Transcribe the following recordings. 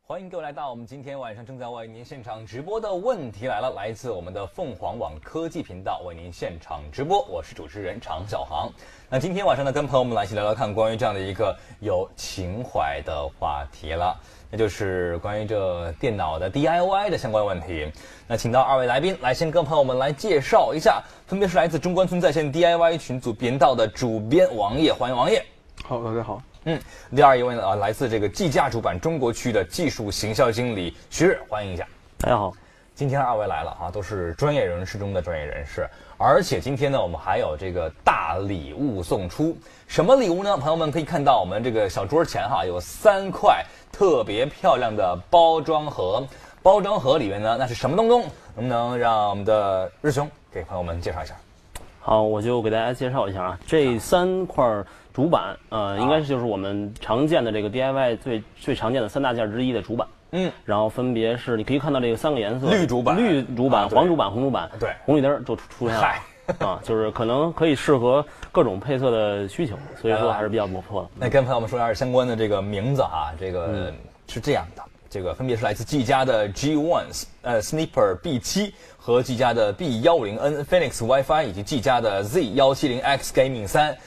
欢迎各位来到我们今天晚上正在为您现场直播的问题来了，来自我们的凤凰网科技频道为您现场直播，我是主持人常小航。那今天晚上呢，跟朋友们来一起聊聊看关于这样的一个有情怀的话题了，那就是关于这电脑的 DIY 的相关问题。那请到二位来宾来先跟朋友们来介绍一下，分别是来自中关村在线 DIY 群组频道的主编王烨，欢迎王烨。 好，大家好。 第二一位呢，来自这个技嘉主板中国区的技术行销经理徐日，欢迎一下。 大家好。 今天二位来了啊，都是专业人士中的专业人士，而且今天呢，我们还有这个大礼物送出。什么礼物呢？朋友们可以看到我们这个小桌前哈有3块特别漂亮的包装盒，包装盒里面呢那是什么东东？能不能让我们的日雄给朋友们介绍一下？ 好，我就给大家介绍一下啊，这3块主板，应该是就是我们常见的这个 DIY 最常见的3大件之一的主板。然后分别是你可以看到这个3个颜色：绿主板、黄主板、红主板。对，红绿灯就出现了。啊，就是可能可以适合各种配色的需求，所以说还是比较不错的。 那跟朋友们说一下相关的这个名字啊，这个是这样的。这个分别是来自技嘉的 G1 Sniper B7 和技嘉的 B10N Phoenix WiFi 以及技嘉的 Z170X Gaming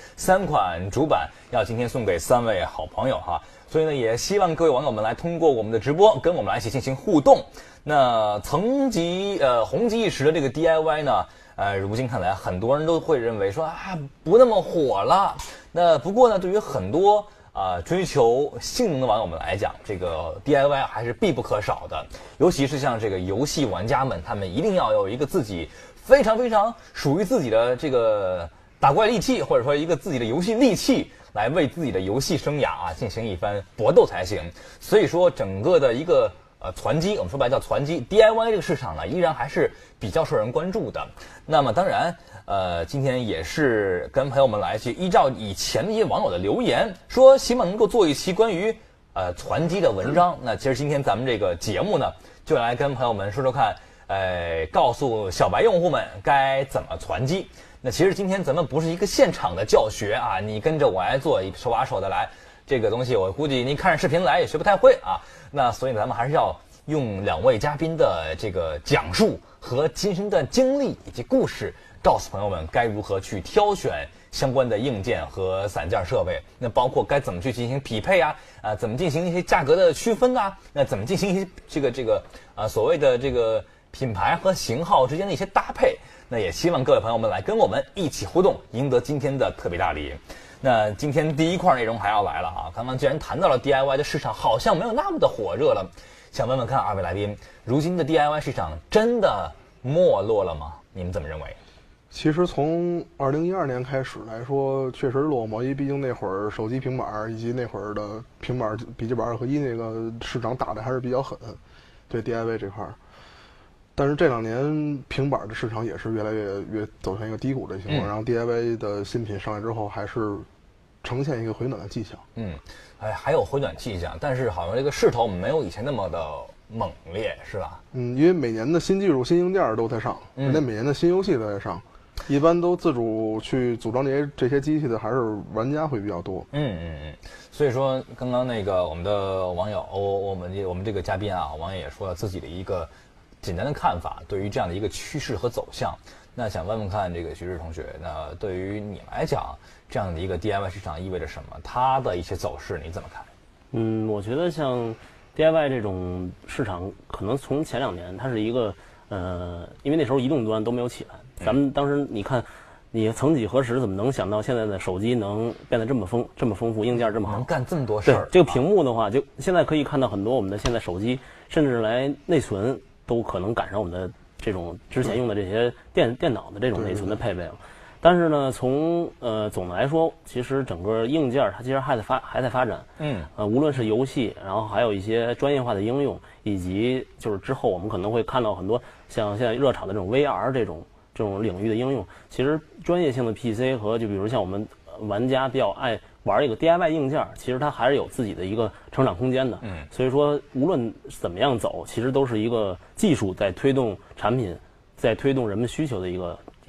3款主板，要今天送给3位好朋友哈。所以呢，也希望各位网友们来通过我们的直播跟我们来一起进行互动。那红极一时的这个 DIY 呢，如今看来很多人都会认为说啊不那么火了。那不过呢，对于很多追求性能的网友们来讲，这个 DIY 还是必不可少的，尤其是像这个游戏玩家们，他们一定要有一个自己非常属于自己的这个打怪利器，或者说一个自己的游戏利器，来为自己的游戏生涯进行一番搏斗才行。所以说，整个的一个攒机，我们说白叫攒机 DIY 这个市场呢，依然还是比较受人关注的。那么当然。今天也是跟朋友们来去依照以前的一些网友的留言，说希望能够做一期关于攒机的文章。那其实今天咱们这个节目呢，就来跟朋友们说说看，告诉小白用户们该怎么攒机。那其实今天咱们不是一个现场的教学啊，你跟着我来做，手把手的来，这个东西我估计你看着视频来也学不太会啊。那所以咱们还是要用2位嘉宾的这个讲述和亲身的经历以及故事，告诉朋友们该如何去挑选相关的硬件和散件设备，那包括该怎么去进行匹配啊，怎么进行一些价格的区分啊，那怎么进行一些这个所谓的这个品牌和型号之间的一些搭配。那也希望各位朋友们来跟我们一起互动，赢得今天的特别大礼。那今天第1块内容还要来了啊！刚刚既然谈到了 DIY 的市场好像没有那么的火热了，想问问看2位来宾，如今的 DIY 市场真的没落了吗？你们怎么认为？ 其实从2012年开始来说，确实落寞，因为毕竟那会儿手机、平板以及那会儿的平板、笔记本2合一那个市场打的还是比较狠，对 DIY 这块儿。但是这2年平板的市场也是越来越走向一个低谷的情况，然后 DIY 的新品上来之后，还是呈现一个回暖的迹象。 还有回暖迹象，但是好像这个势头没有以前那么的猛烈，是吧？ 因为每年的新技术、新硬件都在上，而且每年的新游戏都在上。一般都自主去组装这些机器的还是玩家会比较多。 所以说刚刚那个我们的网友，我们这个嘉宾啊，网友也说了自己的一个简单的看法，对于这样的一个趋势和走向。那想问问看这个徐志同学，那对于你来讲，这样的一个 DIY 市场意味着什么？它的一些走势你怎么看？ 我觉得像 DIY 这种市场，可能从前2年它是一个因为那时候移动端都没有起来。咱们当时你看，你曾几何时怎么能想到现在的手机能变得这么丰富，硬件这么好， 能干这么多事儿？ 这个屏幕的话，就现在可以看到很多我们的现在手机，甚至来内存都可能赶上我们的这种之前用的这些电脑的这种内存的配备了。但是呢，从总的来说，其实整个硬件它其实还在发展。无论是游戏，然后还有一些专业化的应用，以及就是之后我们可能会看到很多像现在热炒的这种 VR 这种领域的应用。其实专业性的 PC 和就比如像我们玩家比较爱玩一个 DIY 硬件，其实它还是有自己的一个成长空间的。所以说无论怎么样走，其实都是一个技术在推动产品，在推动人们需求的一个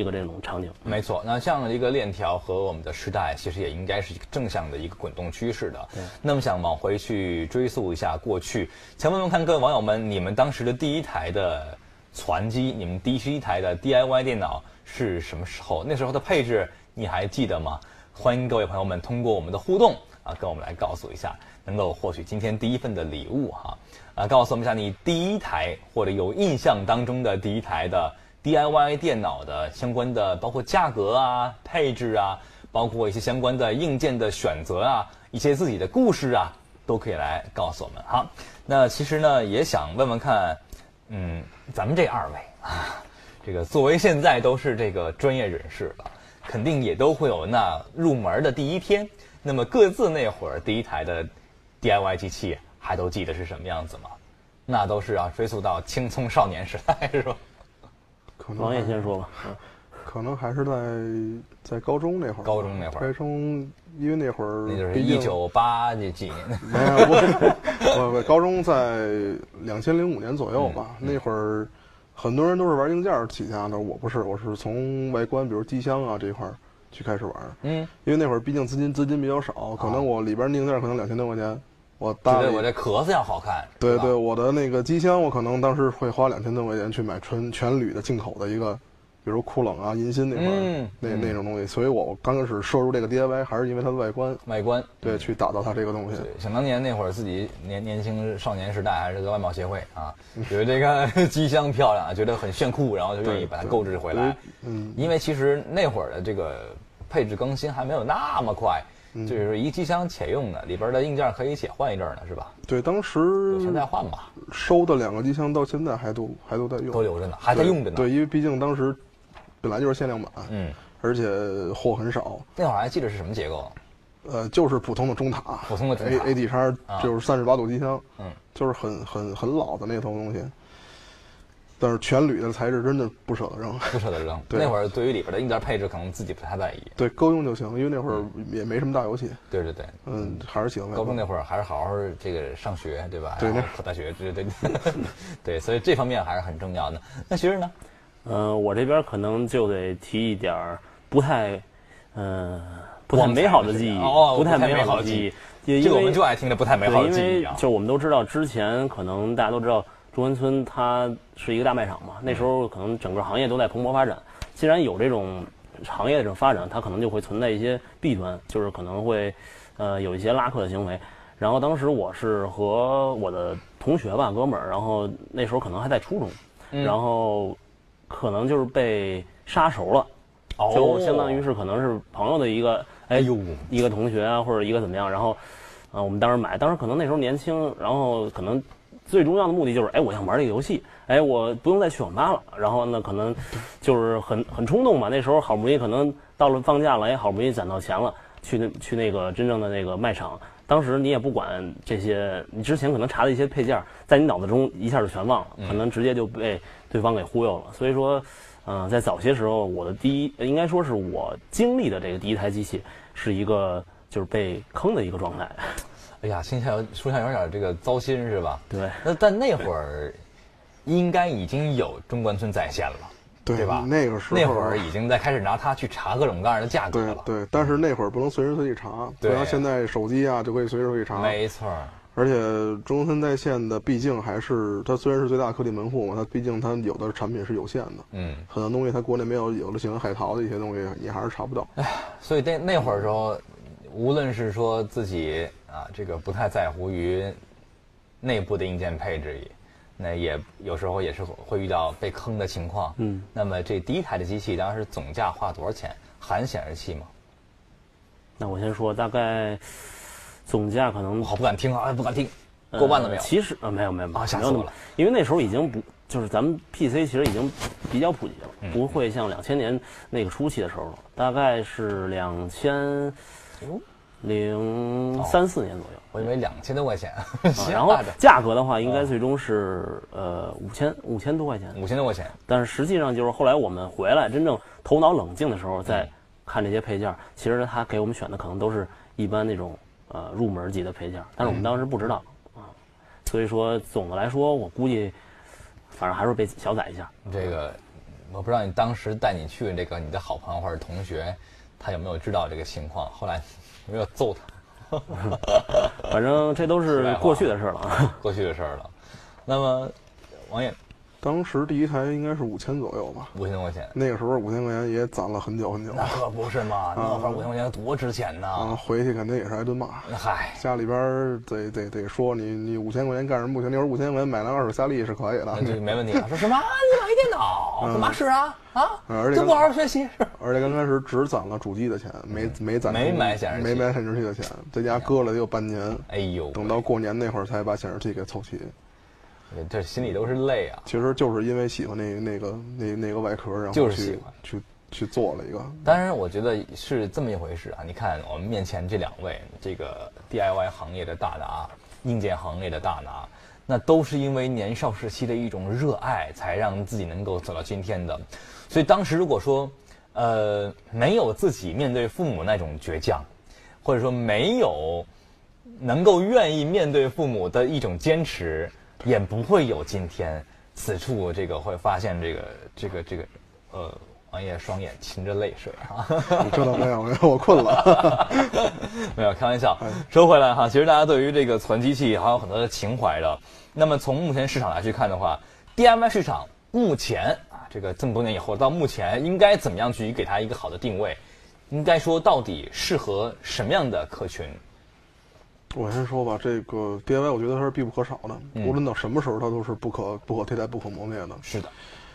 一个这种场景。 没错，那这样的一个链条和我们的时代，其实也应该是一个正向的一个滚动趋势的。那么想往回去追溯一下过去，想问问看各位网友们，你们当时的第一台的攒机，你们第一台的 DIY 电脑是什么时候？那时候的配置你还记得吗？欢迎各位朋友们通过我们的互动啊，跟我们来告诉一下，能够获取今天第一份的礼物哈。告诉我们一下你第一台或者有印象当中的第一台的 DIY 电脑的相关的，包括价格啊、配置啊，包括一些相关的硬件的选择啊，一些自己的故事啊，都可以来告诉我们哈。那其实呢，也想问问看，咱们这二位啊，这个作为现在都是这个专业人士了，肯定也都会有那入门的第一天。那么各自那会儿第一台的 DIY 机器还都记得是什么样子吗？那都是要追溯到青葱少年时代是吧？ 可能王爷先说吧。 可能还是在高中那会儿。 高中那会儿。 高中，因为那会儿那就是1980几年。 没有，我高中在2005年左右吧。那会儿很多人都是玩硬件起家的，我不是，我是从外观，比如机箱啊这一块去开始玩。因为那会儿毕竟资金比较少，可能我里边硬件可能2000多块钱。我这壳子要好看。 对对，我的那个机箱，我可能当时会花2000多块钱去买全铝的进口的一个，比如酷冷啊、银芯那块那种东西。所以我刚开始摄入这个 DIY 还是因为它的外观。对，去打造它这个东西。 对，想当年那会儿自己年轻少年时代还是个外贸协会啊，觉得这个机箱漂亮，觉得很炫酷，然后就愿意把它购置回来。因为其实那会儿的这个配置更新还没有那么快。就是一机箱且用的，里边的硬件可以且换一阵呢，是吧？ 对，当时现在换吧。 收的2个机箱到现在还都在用， 都留着呢，还在用着呢。 对，因为毕竟当时本来就是限量版，而且货很少。 那会儿还记得是什么结构？ 就是普通的中塔， 普通的中塔 AD 叉，就是38度机箱，就是很老的那套东西。但是全铝的材质真的不舍得扔， 那会儿对于里边的硬件配置可能自己不太在意， 对，够用就行，因为那会儿也没什么大游戏。 对， 还是喜欢高中那会儿还是好好这个上学，对吧？ 对， 考大学，对，对，所以这方面还是很重要的。那学生呢？ 我这边可能就得提一点不太美好的记忆，不太美好的记忆。 这个我们就爱听的不太美好的记忆啊。 就我们都知道，之前可能大家都知道。中关村它是一个大卖场嘛，那时候可能整个行业都在蓬勃发展。既然有这种行业的这种发展，它可能就会存在一些弊端，就是可能会有一些拉客的行为。然后当时我是和我的同学吧，哥们儿，然后那时候可能还在初中，然后可能就是被杀熟了，就相当于是可能是朋友的一个一个同学啊，或者一个怎么样，然后我们当时买，当时可能那时候年轻，然后可能。最重要的目的就是，我想玩这个游戏，我不用再去网吧了。然后呢，可能就是很冲动嘛。那时候好不容易可能到了放假了，好不容易攒到钱了，去那个真正的那个卖场。当时你也不管这些，你之前可能查的一些配件，在你脑子中一下就全忘了，可能直接就被对方给忽悠了。所以说，在早些时候，我的应该说是我经历的这个第一台机器，是一个就是被坑的一个状态。 哎呀，说起来有点这个糟心是吧？ 对。 但那会儿应该已经有中关村在线了，对吧？ 那个时候那会儿已经在开始拿它去查各种各样的价格了。 对，但是那会儿不能随时随地查，不像现在手机啊就可以随时随地查。 没错。 而且中关村在线的，毕竟还是它虽然是最大科技门户嘛，它毕竟它有的产品是有限的。很多东西它国内没有的像海淘的一些东西，你还是查不到。 所以那会儿时候，无论是说自己。这个不太在乎于内部的硬件配置，那也有时候也是会遇到被坑的情况。那么这第一台的机器当时总价花多少钱？含显示器吗？ 那我先说，大概总价可能我好不敢听啊，不敢听，过万了没有？ 其实没有吓死我了， 因为那时候已经不就是咱们 PC 其实已经比较普及了，不会像2000年那个初期的时候了，大概是2003、4年左右， 我以为2000多块钱。 然后价格的话，应该最终是5000多块钱 ，5000多块钱。 但是实际上就是后来我们回来真正头脑冷静的时候，再看这些配件，其实他给我们选的可能都是一般那种入门级的配件，但是我们当时不知道所以说总的来说，我估计反正还是被小宰一下。 这个我不知道你当时带你去的这个你的好朋友或者同学，他有没有知道这个情况？后来有没有揍他？ 反正这都是过去的事了。 过去的事了。那么，王爷， 当时第一台应该是5000左右吧 ，5000多块钱。 那个时候5000块钱也攒了很久很久。 那可不是嘛，那会儿5000块钱多值钱呐！ 回去肯定也是挨顿骂。 嗨， 家里边得说你5000块钱干什么不行？那会儿5000块钱买辆2手夏利是可以的， 这没问题啊。说什么？你买电脑干嘛使啊？ 而且就不好好学习。 而且刚开始只攒了主机的钱，没攒没买显示器， 没买显示器的钱，在家搁了得有半年。 哎呦， 等到过年那会儿才把显示器给凑齐。 这心里都是泪啊！ 其实就是因为喜欢那个外壳，然后就是喜欢去做了一个。 当然，我觉得是这么一回事啊。你看我们面前这2位，这个 DIY 行业的大拿，硬件行业的大拿，那都是因为年少时期的一种热爱，才让自己能够走到今天的。所以当时如果说，没有自己面对父母那种倔强，或者说没有能够愿意面对父母的一种坚持，也不会有今天。此处这个会发现这个王爷双眼噙着泪水哈。 这倒没有，我困了。 没有开玩笑。说回来哈，其实大家对于这个存机器还有很多的情怀的。那么从目前市场来去看的话 ，DIY 市场目前啊，这个这么多年以后到目前应该怎么样去给它一个好的定位？应该说到底适合什么样的客群？ 我先说吧，这个 DIY 我觉得它是必不可少的，无论到什么时候它都是不可替代、不可磨灭的。 是的。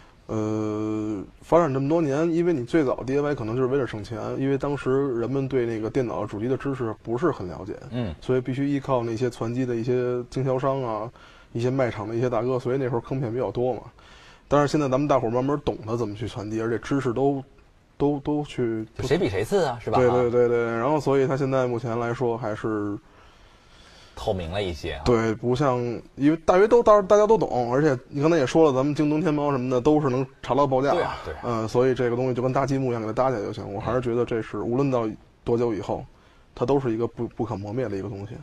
发展这么多年，因为你最早 DIY 可能就是为了省钱，因为当时人们对那个电脑主机的知识不是很了解，所以必须依靠那些传机的一些经销商啊，一些卖场的一些大哥，所以那时候坑骗比较多嘛。但是现在咱们大伙儿慢慢懂得怎么去传机，而且知识都去， 谁比谁次啊，是吧？ 对，然后所以它现在目前来说还是透明了一些， 对，不像，因为大约大家都懂，而且你刚才也说了，咱们京东、天猫什么的都是能查到报价， 对， 所以这个东西就跟搭积木一样，给它搭起来就行。我还是觉得这是无论到多久以后，它都是一个不可磨灭的一个东西。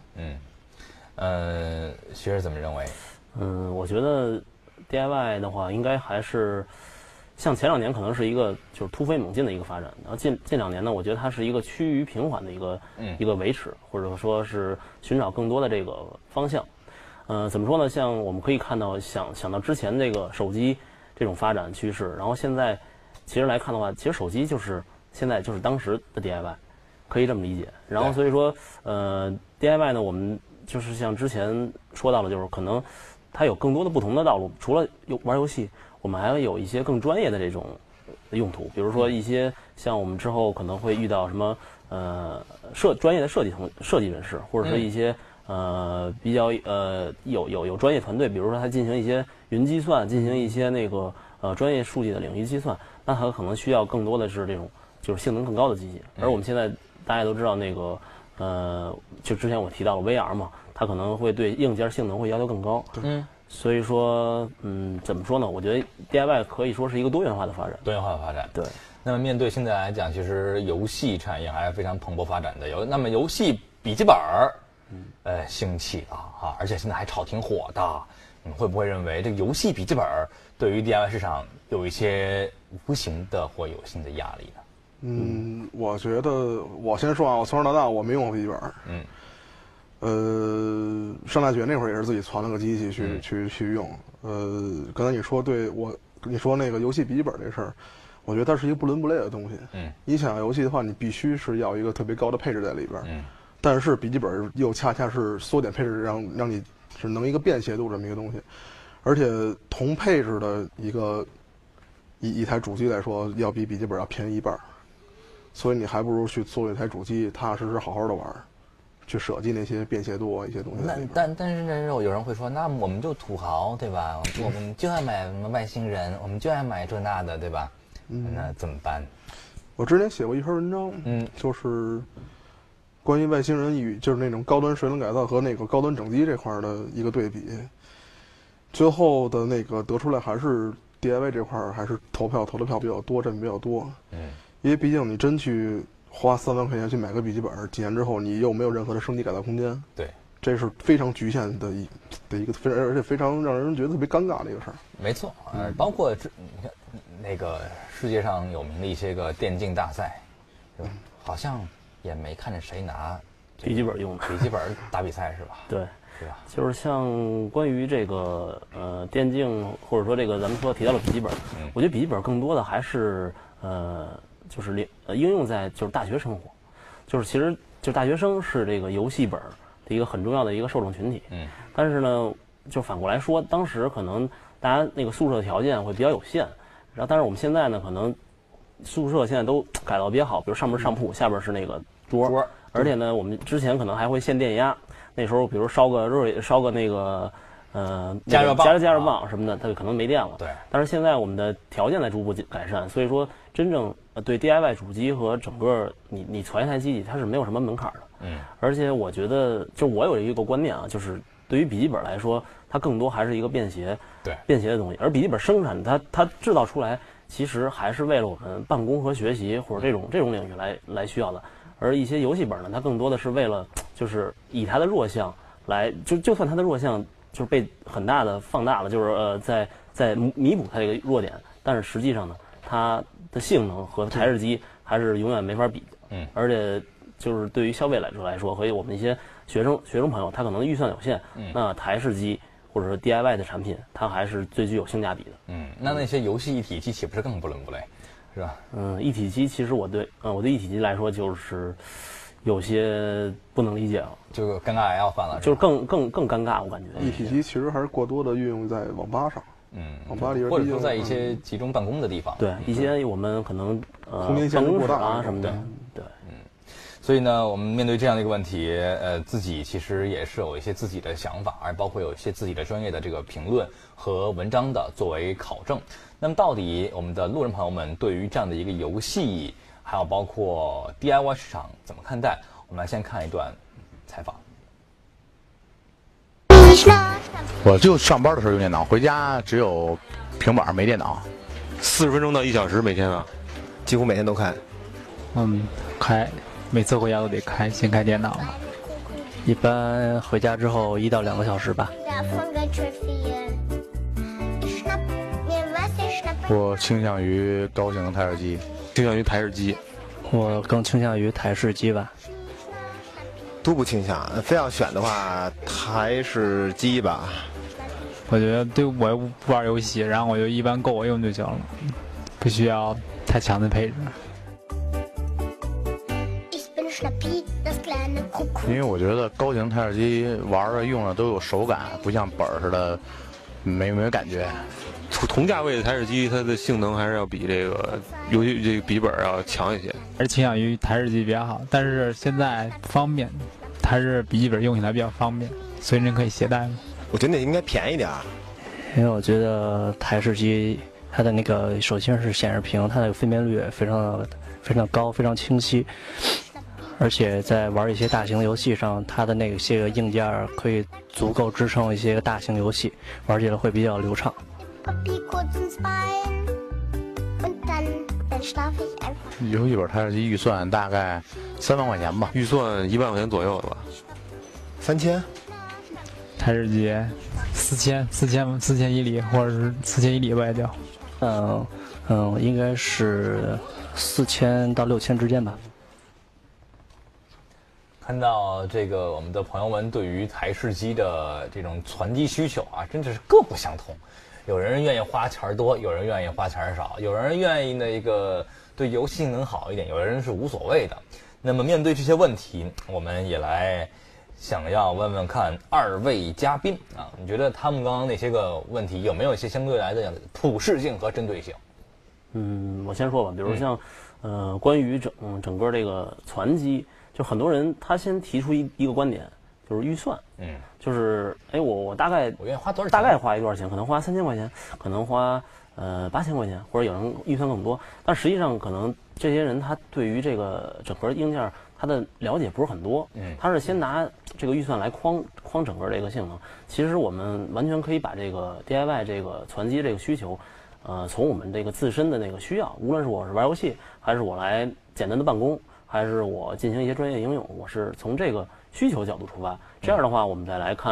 学儿怎么认为？ 我觉得 DIY 的话，应该还是像前2年可能是一个就是突飞猛进的一个发展，然后近2年呢，我觉得它是一个趋于平缓的一个维持，或者说是寻找更多的这个方向。怎么说呢？像我们可以看到，想到之前这个手机这种发展趋势，然后现在其实来看的话，其实手机就是现在就是当时的 DIY， 可以这么理解。然后所以说DIY 呢，我们就是像之前说到的，就是可能它有更多的不同的道路，除了玩游戏。我们还会有一些更专业的这种用途，比如说一些像我们之后可能会遇到什么专业的设计人士，或者是一些比较有专业团队，比如说他进行一些云计算，进行一些那个专业数据的领域计算，那他可能需要更多的是这种就是性能更高的机器。而我们现在大家都知道那个就之前我提到了 VR 嘛，它可能会对硬件性能会要求更高。所以说，怎么说呢？我觉得 DIY 可以说是一个多元化的发展。 对。那么面对现在来讲，其实游戏产业还是非常蓬勃发展的。那么游戏笔记本兴起了啊，而且现在还炒挺火的。你会不会认为这个游戏笔记本对于 DIY 市场有一些无形的或有形的压力呢？ 我觉得我先说啊，我从小到大我没用过笔记本。上大学那会儿也是自己攒了个机器去用。刚才你说你说那个游戏笔记本这事儿，我觉得它是一个不伦不类的东西。你想要游戏的话，你必须是要一个特别高的配置在里边。但是笔记本又恰恰是缩减配置，让你只能一个便携度这么一个东西，而且同配置的一台主机来说，要比笔记本要便宜1半，所以你还不如去做一台主机，踏踏实实好好的玩。去舍弃那些便携度啊一些东西。 但是有人会说，那我们就土豪对吧？我们就爱买什么外星人，我们就爱买这那的对吧？那怎么办？ 我之前写过一篇文章，就是关于外星人与就是那种高端水冷改造和那个高端整机这块的一个对比。最后的那个得出来还是 DIY 这块还是投的票比较多，占比较多。因为毕竟你真去花3万块钱去买个笔记本，几年之后你又没有任何的升级改造空间。 对， 这是非常局限的而且非常让人觉得特别尴尬的一个事儿。 没错，包括你看那个世界上有名的一些个电竞大赛，好像也没看见谁拿笔记本用的笔记本打比赛是吧？ 对， 是吧？ 就是像关于这个电竞，或者说这个咱们说提到了笔记本，我觉得笔记本更多的还是就是应用在就是大学生活，就是其实就大学生是这个游戏本的一个很重要的一个受众群体。但是呢，就反过来说，当时可能大家那个宿舍条件会比较有限，然后但是我们现在呢，可能宿舍现在都改造比较好，比如上边上铺，下边是那个桌，而且呢，我们之前可能还会限电压，那时候比如烧个那个加热棒什么的，它就可能没电了。 对。 但是现在我们的条件在逐步改善，所以说真正对 DIY 主机和整个你攒一台机器，它是没有什么门槛的。而且我觉得，就我有一个观念啊，就是对于笔记本来说，它更多还是一个便携的东西，而笔记本生产它制造出来，其实还是为了我们办公和学习或者这种领域来需要的。而一些游戏本呢，它更多的是为了就是以它的弱项来，就算它的弱项就是被很大的放大了，就是在弥补它这个弱点，但是实际上呢，它的性能和台式机还是永远没法比的。而且就是对于消费来说，和我们一些学生朋友，他可能预算有限，那台式机或者说 DIY 的产品，它还是最具有性价比的。 那些游戏一体机岂不是更不伦不类，是吧？ 一体机其实我对一体机来说就是有些不能理解了， 就尴尬要犯了， 就是更尴尬，我感觉。 一体机其实还是过多的运用在网吧上。网吧里边或者说在一些集中办公的地方， 对一些我们可能空间限制过大啊什么的，对。 所以呢，我们面对这样的一个问题，自己其实也是有一些自己的想法，而包括有一些自己的专业的这个评论和文章的作为考证。那么，到底我们的路人朋友们对于这样的一个游戏，还有包括 DIY 市场怎么看待？我们来先看一段采访。 我就上班的时候用电脑，回家只有平板没电脑。 40分钟到1小时每天啊， 几乎每天都开。 开。每次回家都得先开电脑，一般回家之后1到2个小时吧。 我倾向于高性能台式机， 倾向于台式机。 我更倾向于台式机吧。 都不倾向，非要选的话，台式机吧。 我觉得对我又不玩游戏，然后我就一般够我用就行了，不需要太强的配置。 因为我觉得高型台式机玩的用的都有手感，不像本儿似的没感觉。 同价位的台式机，它的性能还是要比这个尤其这个笔记本要强一些。 还是倾向于台式机比较好，但是现在方便，还是笔记本用起来比较方便，随身可以携带嘛。 我觉得应该便宜点， 因为我觉得台式机它的那个首先是显示屏，它的分辨率非常高，非常清晰。而且在玩一些大型游戏上，它的那些个硬件可以足够支撑一些大型游戏，玩起来会比较流畅。 游戏本台式机预算大概3万块钱吧， 预算1万块钱左右的吧 ，3000。 台式机4000以里，或者是4000以里吧，也就，应该是4000到6000之间吧。 看到这个，我们的朋友们对于台式机的这种攒机需求啊，真的是各不相同。有人愿意花钱多，有人愿意花钱少，有人愿意那个对游戏性能好一点，有人是无所谓的。那么面对这些问题，我们也来想要问问看二位嘉宾啊，你觉得他们刚刚那些个问题有没有一些相对来的普适性和针对性？ 我先说吧，比如像关于整个这个攒机。就很多人他先提出一个观点，就是预算，就是我大概我愿意花多少钱， 大概花多少钱，可能花3000块钱，可能花8000块钱，或者有人预算更多，但实际上可能这些人他对于这个整个硬件他的了解不是很多，他是先拿这个预算来框整个这个性能。其实我们完全可以把这个 DIY 这个攒机这个需求，从我们这个自身的那个需要，无论是我是玩游戏，还是我来简单的办公。还是我进行一些专业应用，我是从这个需求角度出发，这样的话我们再来看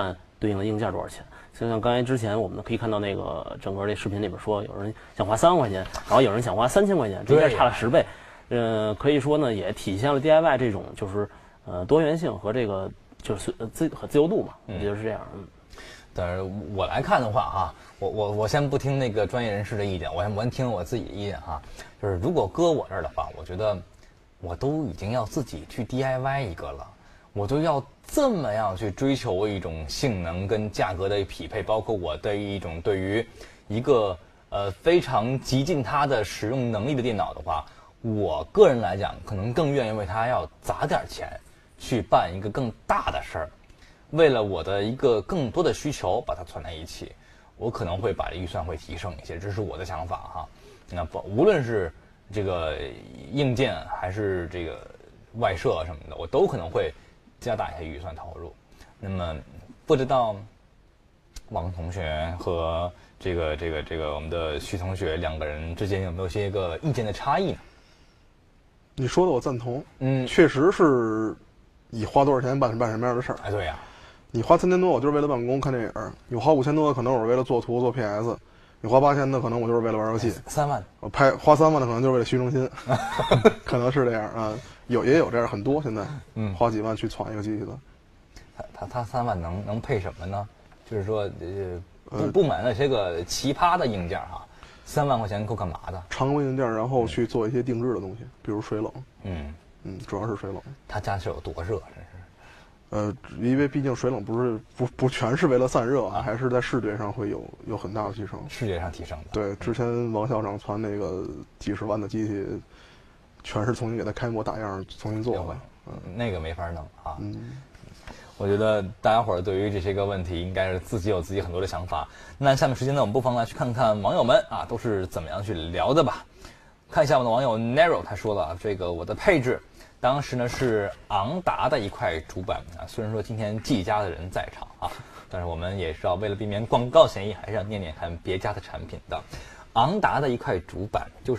对应的硬件多少钱。就像刚才之前我们可以看到那个整个这视频里边说，有人想花3万块钱，然后有人想花3000块钱，中间差了10倍。可以说呢，也体现了 DIY 这种就是多元性和这个就是自由度嘛，我觉得是这样。 但是我来看的话哈，我先不听那个专业人士的意见，我先听我自己的意见哈。就是如果搁我这儿的话，我觉得我都已经要自己去 DIY 一个了，我都要这么样去追求一种性能跟价格的匹配，包括我的一种对于一个非常极尽它的使用能力的电脑的话，我个人来讲可能更愿意为它要砸点钱去办一个更大的事儿。为了我的一个更多的需求把它串在一起，我可能会把这预算会提升一些，这是我的想法哈。那无论是这个硬件还是这个外设什么的，我都可能会加大一些预算投入。那么不知道王同学和这个我们的徐同学两个人之间有没有些个意见的差异呢？ 你说的我赞同，确实是你花多少钱办什么样的事儿。 哎，对呀。 你花3000多，我就是为了办公看电影；你花5000多，可能我是为了做图做 PS；你花8000的，可能我就是为了玩游戏。 3万， 我花3万的，可能就是为了虚荣心，可能是这样啊。也有这样很多，现在花几万去闯一个机器的。 他3万能配什么呢？就是说不买那些个奇葩的硬件哈，3万块钱够干嘛的？ 常规硬件，然后去做一些定制的东西，比如水冷。主要是水冷。 他家是有多热？真是。 因为毕竟水冷不全是为了散热啊，还是在视觉上会有很大的提升。视觉上提升的。 对，之前王校长传那个几十万的机器，全是重新给它开模打样，重新做的。 那个没法弄啊。我觉得大家伙儿对于这些个问题，应该是自己有自己很多的想法。那下面时间呢，我们不妨来去看看网友们啊都是怎么样去聊的吧。看一下我们的网友 Narrow， 他说了这个我的配置。当时呢是昂达的一块主板啊，虽然说今天技嘉的人在场啊，但是我们也是要为了避免广告嫌疑，还是要念念看别家的产品的。昂达的一块主板就是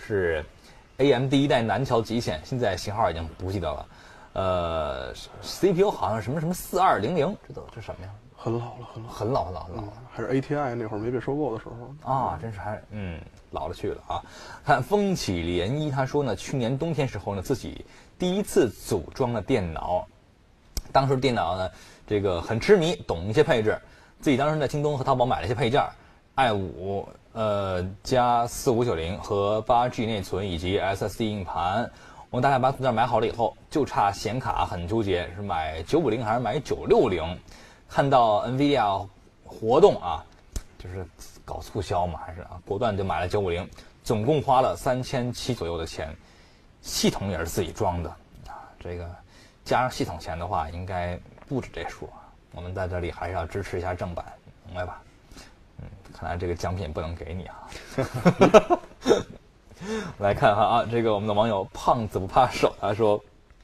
AMD 一代南桥极限，现在型号已经不记得了。CPU 好像什么4200，这什么呀？ 很老了。还是 ATI 那会儿没被收购的时候啊，真是老了去了啊。看风起涟漪，他说呢，去年冬天时候呢，自己第一次组装了电脑，当时电脑呢这个很痴迷，懂一些配置，自己当时在京东和淘宝买了一些配件，i5加4590和8G 内存以及 SSD 硬盘。我大概把组件买好了以后，就差显卡，很纠结是买950还是买960。看到 NVIDIA 活动啊，就是搞促销嘛，还是果断就买了950，总共花了3700左右的钱。系统也是自己装的啊，这个加上系统钱的话，应该不止这数啊。我们在这里还是要支持一下正版，明白吧？看来这个奖品不能给你啊。来看哈啊，这个我们的网友胖子不怕手，他说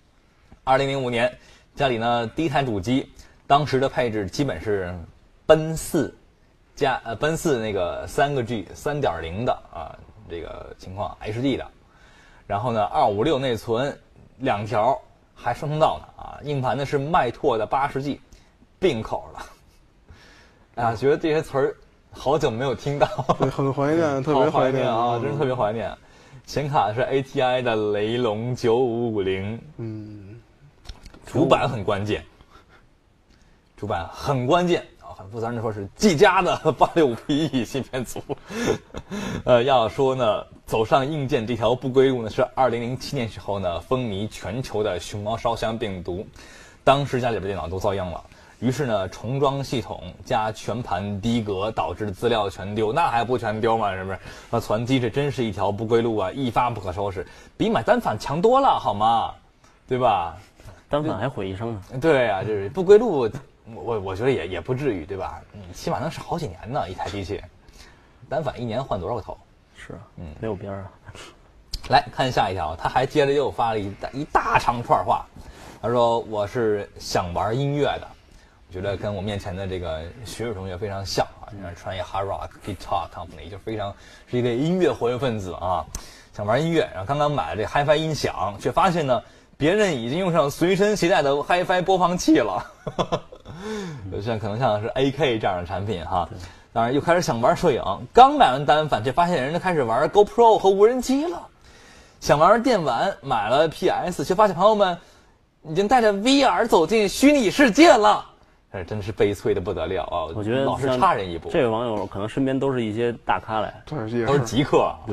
，2005年家里呢第一台主机，当时的配置基本是奔4加奔4那个3个 G 3.0的啊，这个情况 HD 的。然后呢，256内存2条，还双通道呢啊！硬盘呢是迈拓的80G，并口了。啊，觉得这些词儿好久没有听到， 很怀念，特别怀念啊，真是特别怀念。显卡是 ATI 的雷龙9550，主板很关键，主板很关键。很负责任的说是技嘉的865P芯片组。要说呢，走上硬件这条不归路呢，是2007年时候呢，风靡全球的熊猫烧香病毒，当时家里边电脑都遭殃了。于是呢，重装系统加全盘低格，导致资料全丢，那还不全丢吗？是不是？那传机这真是一条不归路啊，一发不可收拾，比买单反强多了，好吗？对吧？ 单反还毁一生呢。 对啊，就是不归路。我觉得也不至于，对吧？起码能使好几年呢，一台机器。单反1年换多少个头？ 是，没有边啊。 来看下一条，他还接着又发了一大长串话。他说：“我是想玩音乐的。”我觉得跟我面前的这个学士同学非常像啊，穿一 Hard Rock Guitar Company， 就是一个音乐活跃分子啊，想玩音乐。然后刚刚买了这 HiFi 音响，却发现呢，别人已经用上随身携带的 HiFi 播放器了。 可能像是 AK 这样的产品哈。当然又开始想玩摄影，刚买完单反，却发现人家开始玩 GoPro 和无人机了。想玩电玩，买了 PS， 却发现朋友们已经带着 VR 走进虚拟世界了。这真是悲催的不得了啊！ 我觉得老是差人一步。 这位网友可能身边都是一些大咖来， 对， 都是极客。 对，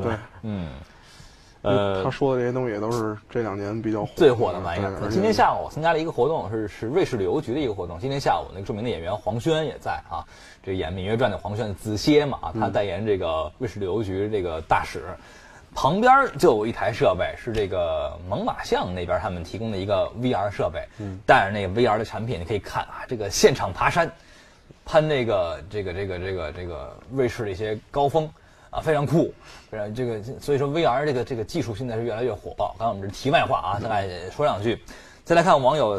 他说的这些东西也都是这2年比较最火的玩意儿。今天下午参加了一个活动，是瑞士旅游局的一个活动。今天下午那个著名的演员黄轩也在啊，这个演《芈月传》的黄轩子歇嘛，他代言这个瑞士旅游局这个大使。旁边就有一台设备，是这个猛犸象那边他们提供的一个 VR 设备，带着那个 VR 的产品，你可以看啊，这个现场爬山，攀这个瑞士的一些高峰啊，非常酷，非常这个，所以说 VR 这个技术现在是越来越火爆。刚刚我们这是题外话啊，再来说两句。再来看网友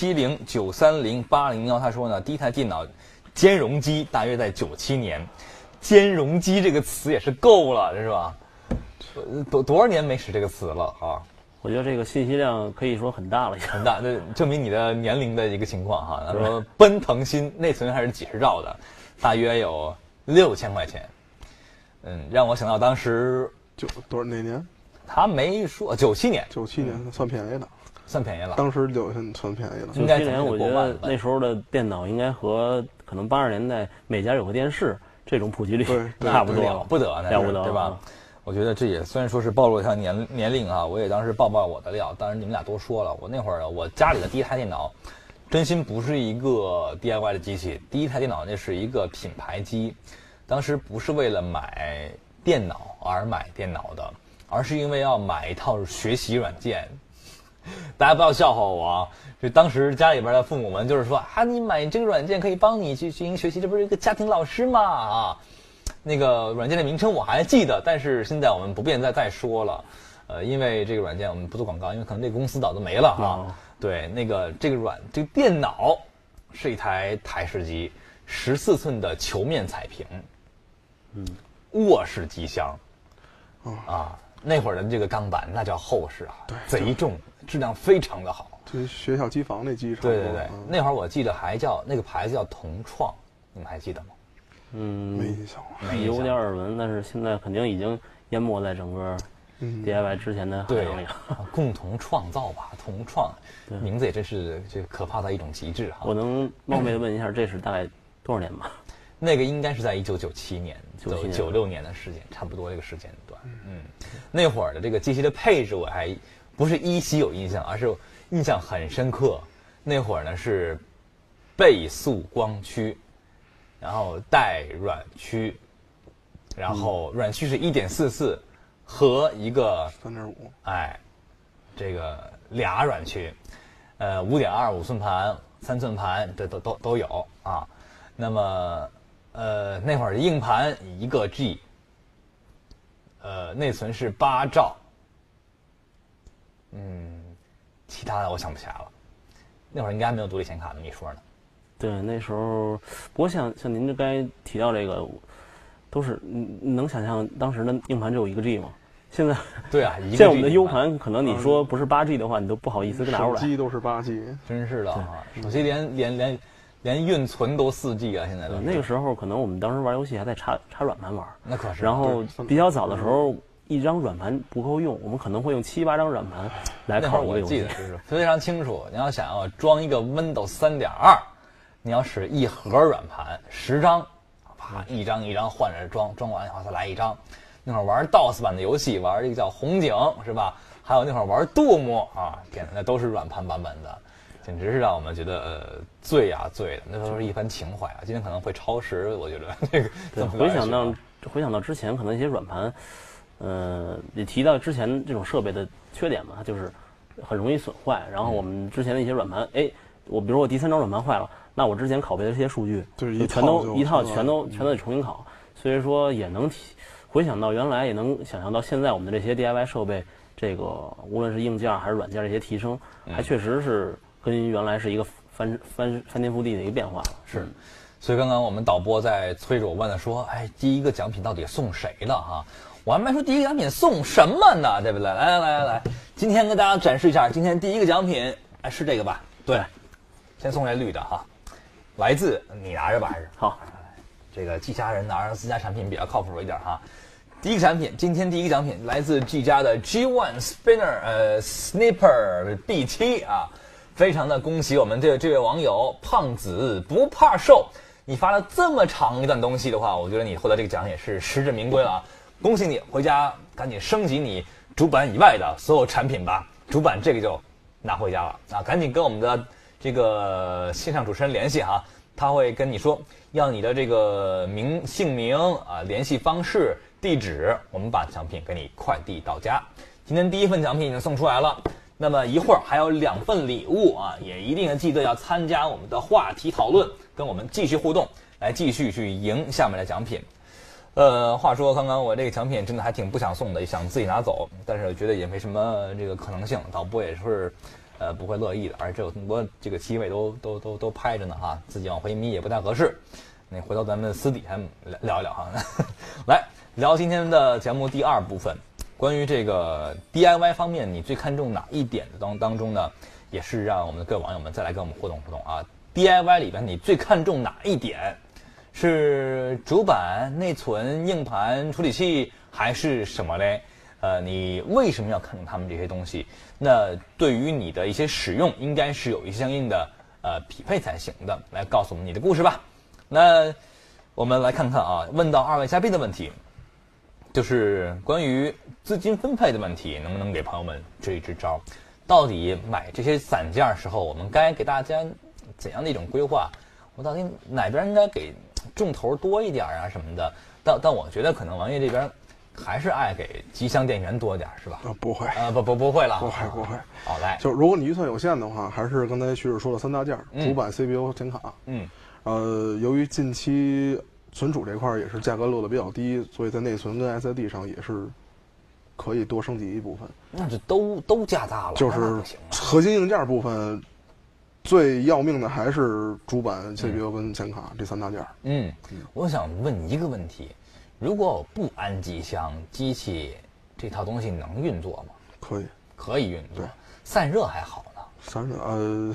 470930801，他说呢，第一台电脑兼容机大约在97年，兼容机这个词也是够了，是吧？多少年没使这个词了啊？ 我觉得这个信息量可以说很大了， 很大，这证明你的年龄的一个情况哈。他说奔腾新内存还是几十兆的，大约有6000块钱。让我想到当时哪年？ 他没说97年。 97年算便宜的， 算便宜了。 当时就算便宜了。 97年我觉得那时候的电脑应该和可能80年代每家有个电视这种普及率差不多， 了不得，对吧？我觉得这也虽然说是暴露一下年龄啊，我也当时爆我的料。当然你们俩都说了，我那会儿我家里的第一台电脑，真心不是一个 DIY 的机器，第一台电脑那是一个品牌机。当时不是为了买电脑而买电脑的，而是因为要买一套学习软件。大家不要笑话我啊！就当时家里边的父母们就是说啊，你买这个软件可以帮你去进行学习，这不是一个家庭老师吗？啊！那个软件的名称我还记得，但是现在我们不便再说了，因为这个软件我们不做广告，因为可能这个公司早就没了啊。对，这个电脑是一台台式机，14寸的球面彩屏，卧式机箱，啊，那会儿的这个钢板那叫厚实啊，贼重，质量非常的好。 就是学校机房那机场。 对，那会儿我记得还叫那个牌子叫同创，你们还记得吗？ 没印象了， 有点耳闻，但是现在肯定已经淹没在整个 DIY 之前的海洋里了。 共同创造吧，同创，名字也真是这可怕的一种极致哈。 我能冒昧的问一下，这是大概多少年吧？ 那个应该是在1997年、96年的时间，差不多这个时间段。那会儿的这个机器的配置我还不是依稀有印象，而是印象很深刻。那会儿呢是倍速光驱。然后带软驱，然后软驱是1.44和一个 3.5， 这个俩软驱，5.25寸盘、3寸盘都有啊。那么那会儿的硬盘1个 G，内存是8兆，其他的我想不起来了。那会儿应该还没有独立显卡呢，你说呢？ 对，那时候，不过像您这刚才提到这个，都是你能想象当时的硬盘只有1个 G 吗？现在对啊， 现在我们的 U 盘可能你说不是8 G 的话，你都不好意思跟拿出来。 手机都是8 G， 真是的啊！手机连运存都4 G 啊，现在都。 那个时候可能我们当时玩游戏还在插软盘玩， 那可是。 然后比较早的时候，一张软盘不够用，我们可能会用7、8张软盘来考一个游戏。 我记得就是非常清楚。你要想要装一个 Windows 3.2。你要使一盒软盘10张，啪一张一张换着装完以后再来一张。那会儿玩 DOS 版的游戏，玩这个叫红警是吧？还有那会儿玩杜牧啊，天哪，那都是软盘版本的，简直是让我们觉得醉啊醉的，那都是一番情怀啊。今天可能会超时，我觉得这个。 对，回想到之前可能一些软盘，也提到之前这种设备的缺点嘛，就是很容易损坏。然后我们之前的一些软盘，我比如说我第3张软盘坏了。那我之前拷贝的这些数据， 就是全都得重新拷，所以说也能回想到原来，也能想象到现在我们的这些 DIY 设备，这个无论是硬件还是软件的一些提升，还确实是跟原来是一个翻天覆地的一个变化了。 是，所以刚刚我们导播在催着我问了说，第一个奖品到底送谁了哈？我还没说第一个奖品送什么呢，对不对？来，今天跟大家展示一下，今天第一个奖品是这个吧？对，先送这绿的哈。 来自你拿着吧还是？ 好， 这个技嘉人拿着自家产品比较靠谱一点哈。第一个产品，今天第一个奖品来自技嘉的 G1 Spinner Sniper B7啊，非常的恭喜我们这位网友胖子不怕瘦，你发了这么长一段东西的话，我觉得你获得这个奖也是实至名归了啊！恭喜你，回家赶紧升级你主板以外的所有产品吧，主板这个就拿回家了啊！赶紧跟我们的这个线上主持人联系哈，他会跟你说要你的这个姓名啊、联系方式、地址，我们把奖品给你快递到家。今天第一份奖品已经送出来了，那么一会儿还有2份礼物啊，也一定记得要参加我们的话题讨论，跟我们继续互动，来继续去赢下面的奖品。话说刚刚我这个奖品真的还挺不想送的，想自己拿走，但是我觉得也没什么这个可能性，导播也是不会乐意的，而且有这么多这个7位都拍着呢哈，自己往回迷也不太合适。那回头咱们私底下聊一聊哈。来聊今天的节目第2部分，关于这个 DIY 方面，你最看重哪一点的当中呢？也是让我们的各位网友们再来跟我们互动互动啊。DIY 里边你最看重哪一点？是主板、内存、硬盘、处理器，还是什么嘞？你为什么要看重他们这些东西？那对于你的一些使用，应该是有一些相应的匹配才行的。来告诉我们你的故事吧。那我们来看看啊，问到2位嘉宾的问题，就是关于资金分配的问题，能不能给朋友们支一支招？到底买这些散件时候，我们该给大家怎样的一种规划？我到底哪边应该给重头多一点啊什么的？但我觉得可能王爷这边还是爱给机箱电源多点，是吧？ 不会不会了， 不会。 好来， 就如果你预算有限的话，还是刚才徐指说的3大件：主板、CPU、显卡。由于近期存储这块也是价格落得比较低，所以在内存跟 SSD 上也是可以多升级一部分。 那就都加大了， 就是核心硬件部分最要命的还是主板、CPU 跟显卡这3大件。 我想问一个问题：如果我不安机箱，机器这套东西能运作吗？可以运作。散热还好呢。 散热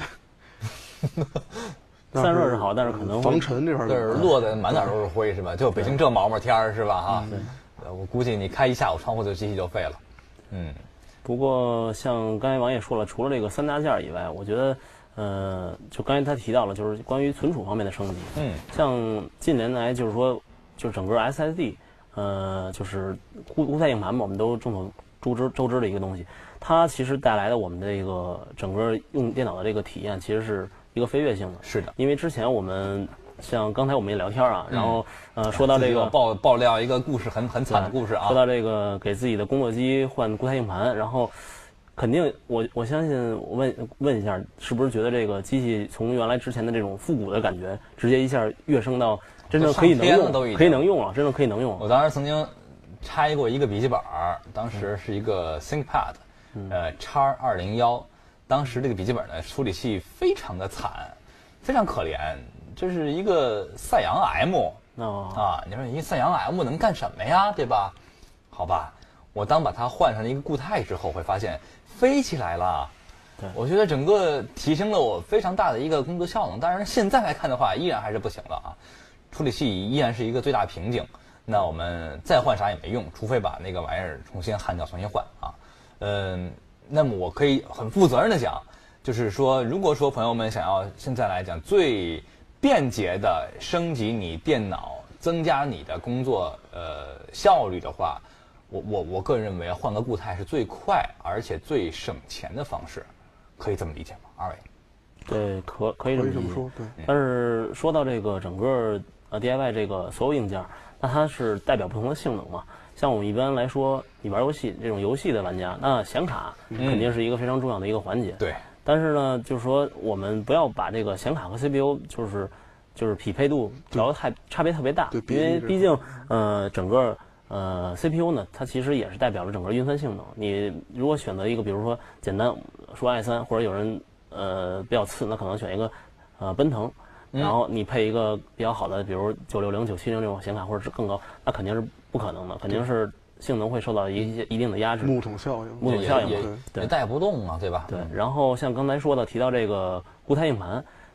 散热是好，但是可能防尘这块就是落得满哪都是灰是吧？就北京这毛天是吧？哈，我估计你开一下午窗户，机器就废了。 不过像刚才王爷说了，除了这个3大件以外，我觉得就刚才他提到了，就是关于存储方面的升级。像近年来就是说，就整个 SSD，就是固态硬盘嘛，我们都众所周知的一个东西，它其实带来的我们的这个整个用电脑的这个体验，其实是一个飞跃性的。 是的， 因为之前我们像刚才我们也聊天啊，然后说到这个爆料一个故事，很惨的故事啊。 说到这个给自己的工作机换固态硬盘，然后肯定我相信问一下，是不是觉得这个机器从原来之前的这种复古的感觉，直接一下跃升到真正可以能用了，真正可以能用。 我当时曾经拆过一个笔记本，当时是一个 ThinkPad，X201。当时这个笔记本呢，处理器非常的惨，非常可怜，这是一个赛扬 M 你说一赛扬 M 能干什么呀，对吧？好吧，我当把它换上一个固态之后，会发现飞起来了。 对， 我觉得整个提升了我非常大的一个工作效能。当然现在来看的话，依然还是不行了啊，处理器依然是一个最大瓶颈。那我们再换啥也没用，除非把那个玩意儿重新焊掉，重新换啊。那么我可以很负责任的讲，就是说，如果说朋友们想要现在来讲最便捷的升级你电脑，增加你的工作效率的话，我个人认为换个固态是最快而且最省钱的方式，可以这么理解吗？二位？ 对，可以这么说。对。但是说到这个整个DIY 这个所有硬件，那它是代表不同的性能嘛。像我们一般来说，你玩游戏这种游戏的玩家，那显卡肯定是一个非常重要的一个环节。 对。 但是呢，就是说我们不要把这个显卡和 CPU 就是匹配度调得差别特别大，因为毕竟整个CPU 呢，它其实也是代表了整个运算性能。你如果选择一个，比如说简单说 i3，或者有人比较次，那可能选一个奔腾。然后你配一个比较好的，比如960、970这种显卡，或者是更高，那肯定是不可能的，肯定是性能会受到一定的压制。 木桶效应也带不动嘛，对吧？ 对。然后像刚才提到这个固态硬盘，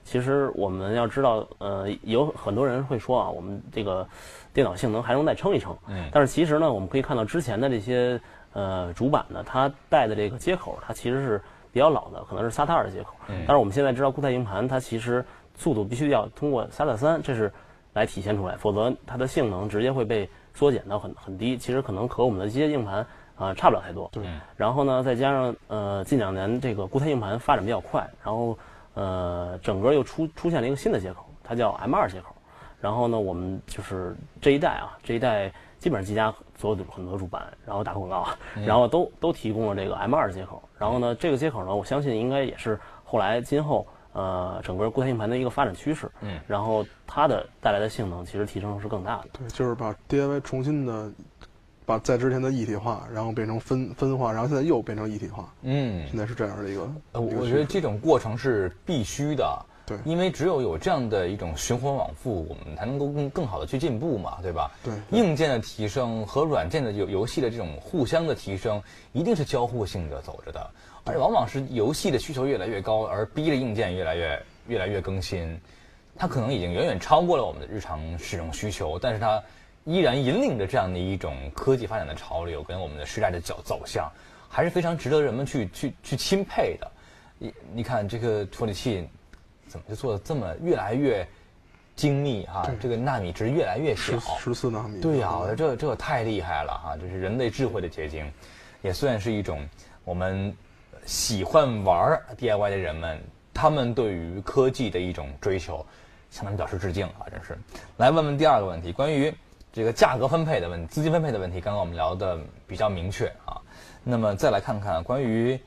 其实我们要知道，有很多人会说啊，我们这个电脑性能还能再撑一撑。但是其实呢，我们可以看到之前的这些主板呢，它带的这个接口，它其实是比较老的，可能是 SATA 2的接口。但是我们现在知道固态硬盘它其实速度必须要通过 SATA 3，这是来体现出来，否则它的性能直接会被缩减到很低。其实可能和我们的机械硬盘差不了太多。 对。 然后呢，再加上近2年这个固态硬盘发展比较快，然后整个又出现了一个新的接口，它叫 M2 接口。然后呢，我们就是这一代基本上机家所有的很多主板，然后打广告，然后都提供了这个 M2 接口。然后呢，这个接口呢，我相信应该也是后来今后整个固态硬盘的一个发展趋势。然后它的带来的性能其实提升是更大的。 对，就是把 DIY 重新的把在之前的一体化，然后变成分化，然后现在又变成一体化。现在是这样的一个。 我觉得这种过程是必须的。 对， 因为只有这样的一种循环往复，我们才能够更好的去进步嘛，对吧？ 对， 硬件的提升和软件的游戏的这种互相的提升，一定是交互性的走着的，而且往往是游戏的需求越来越高，而逼着硬件越来越更新，它可能已经远远超过了我们的日常使用需求，但是它依然引领着这样的一种科技发展的潮流跟我们的时代的走向，还是非常值得人们去钦佩的。你看这个处理器。怎么就做的这么越来越精密哈？这个纳米值越来越小 ，14纳米。 对呀，这太厉害了哈！这是人类智慧的结晶，也算是一种我们喜欢玩 DIY 的人们，他们对于科技的一种追求，向他们表示致敬啊！真是。来问问第二个问题，关于这个价格分配的问题、资金分配的问题，刚刚我们聊的比较明确啊。那么再来看看关于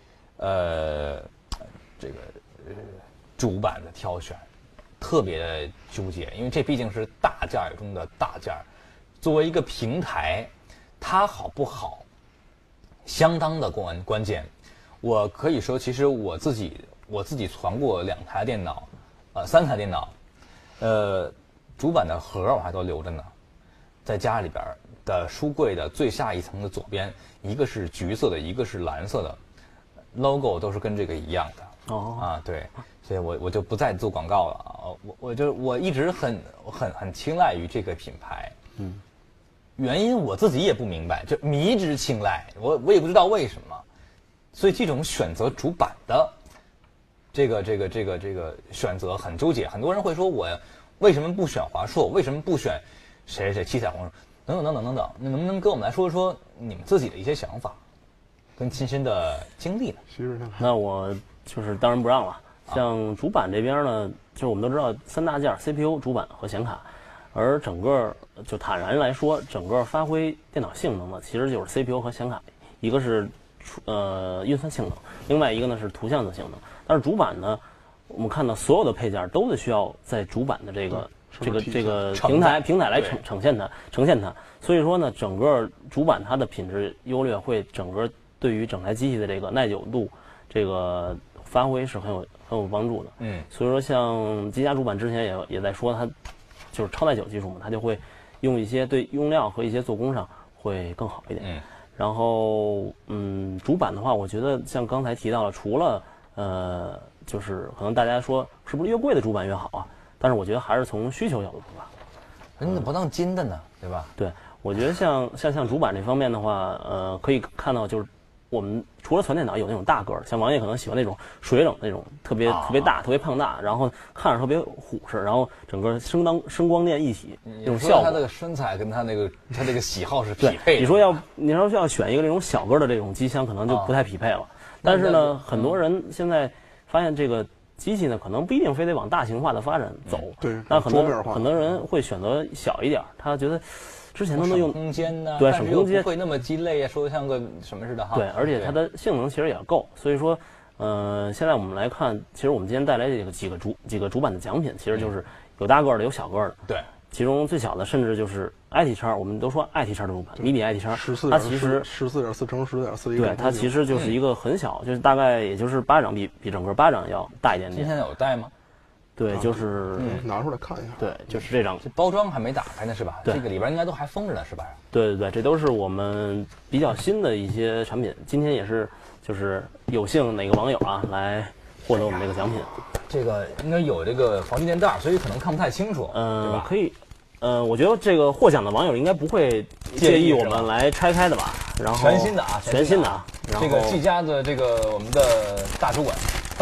这个主板的挑选，特别的纠结，因为这毕竟是大件中的大件。作为一个平台，它好不好，相当的关键。我可以说，其实我自己传过2台电脑，3台电脑，主板的盒我还都留着呢，在家里边的书柜的最下一层的左边，一个是橘色的，一个是蓝色的 ，logo 都是跟这个一样的。对。所以我就不再做广告了啊！我一直很青睐于这个品牌，原因我自己也不明白，就迷之青睐，我也不知道为什么，所以这种选择主板的这个选择很纠结。很多人会说我为什么不选华硕？为什么不选谁七彩虹等等，那能不能跟我们来说说你们自己的一些想法跟亲身的经历呢？ 那我就是当仁不让了。像主板这边呢，就是我们都知道3大件 CPU、主板和显卡，而整个就坦然来说，整个发挥电脑性能的其实就是 CPU 和显卡，一个是运算性能，另外一个呢是图像的性能。但是主板呢，我们看到所有的配件都得需要在主板的这个平台来呈现它，所以说呢，整个主板它的品质优劣会整个对于整台机器的这个耐久度这个发挥是很有帮助的。所以说像机家主板之前也在说，它就是超耐久技术嘛，它就会用一些对用料和一些做工上会更好一点。然后主板的话，我觉得像刚才提到了，除了就是可能大家说是不是越贵的主板越好啊？但是我觉得还是从需求角度出发。 你怎么不当金的呢？对吧？ 对，我觉得像主板这方面的话，可以看到就是我们除了传电脑有那种大个儿，像王爷可能喜欢那种水冷那种特别大、特别胖大，然后看着特别虎实，然后整个声光电一体那种效果。 他这个身材跟他这个喜好是匹配的。 你说要选一个那种小个的这种机箱，可能就不太匹配了。但是呢，很多人现在发现这个机器呢，可能不一定非得往大型化的发展走。 对， 那很多人会选择小一点，他觉得之前都能用空间呢， 对，省空间不会那么鸡肋啊，说像个什么似的哈。 对，而且它的性能其实也够，所以说，现在我们来看，其实我们今天带来这几个主板的奖品，其实就是有大个的，有小个的。 对， 其中最小的甚至就是 IT 叉，我们都说 IT 叉的主板，迷你 IT 叉，它其实 14.4乘10.4， 对，它其实就是一个很小，就是大概也就是巴掌比整个巴掌要大一点点。 今天有带吗？ 对，就是拿出来看一下。 对，就是这张。 这包装还没打开呢，是吧？ 对， 这个里边应该都还封着呢，是吧？ 对，这都是我们比较新的一些产品。今天也是，就是有幸哪个网友啊来获得我们这个奖品。 这个应该有这个防静电带，所以可能看不太清楚，对吧？ 可以，我觉得这个获奖的网友应该不会介意我们来拆开的吧？然后全新的啊， 全新的啊。 这个技嘉的这个我们的大主管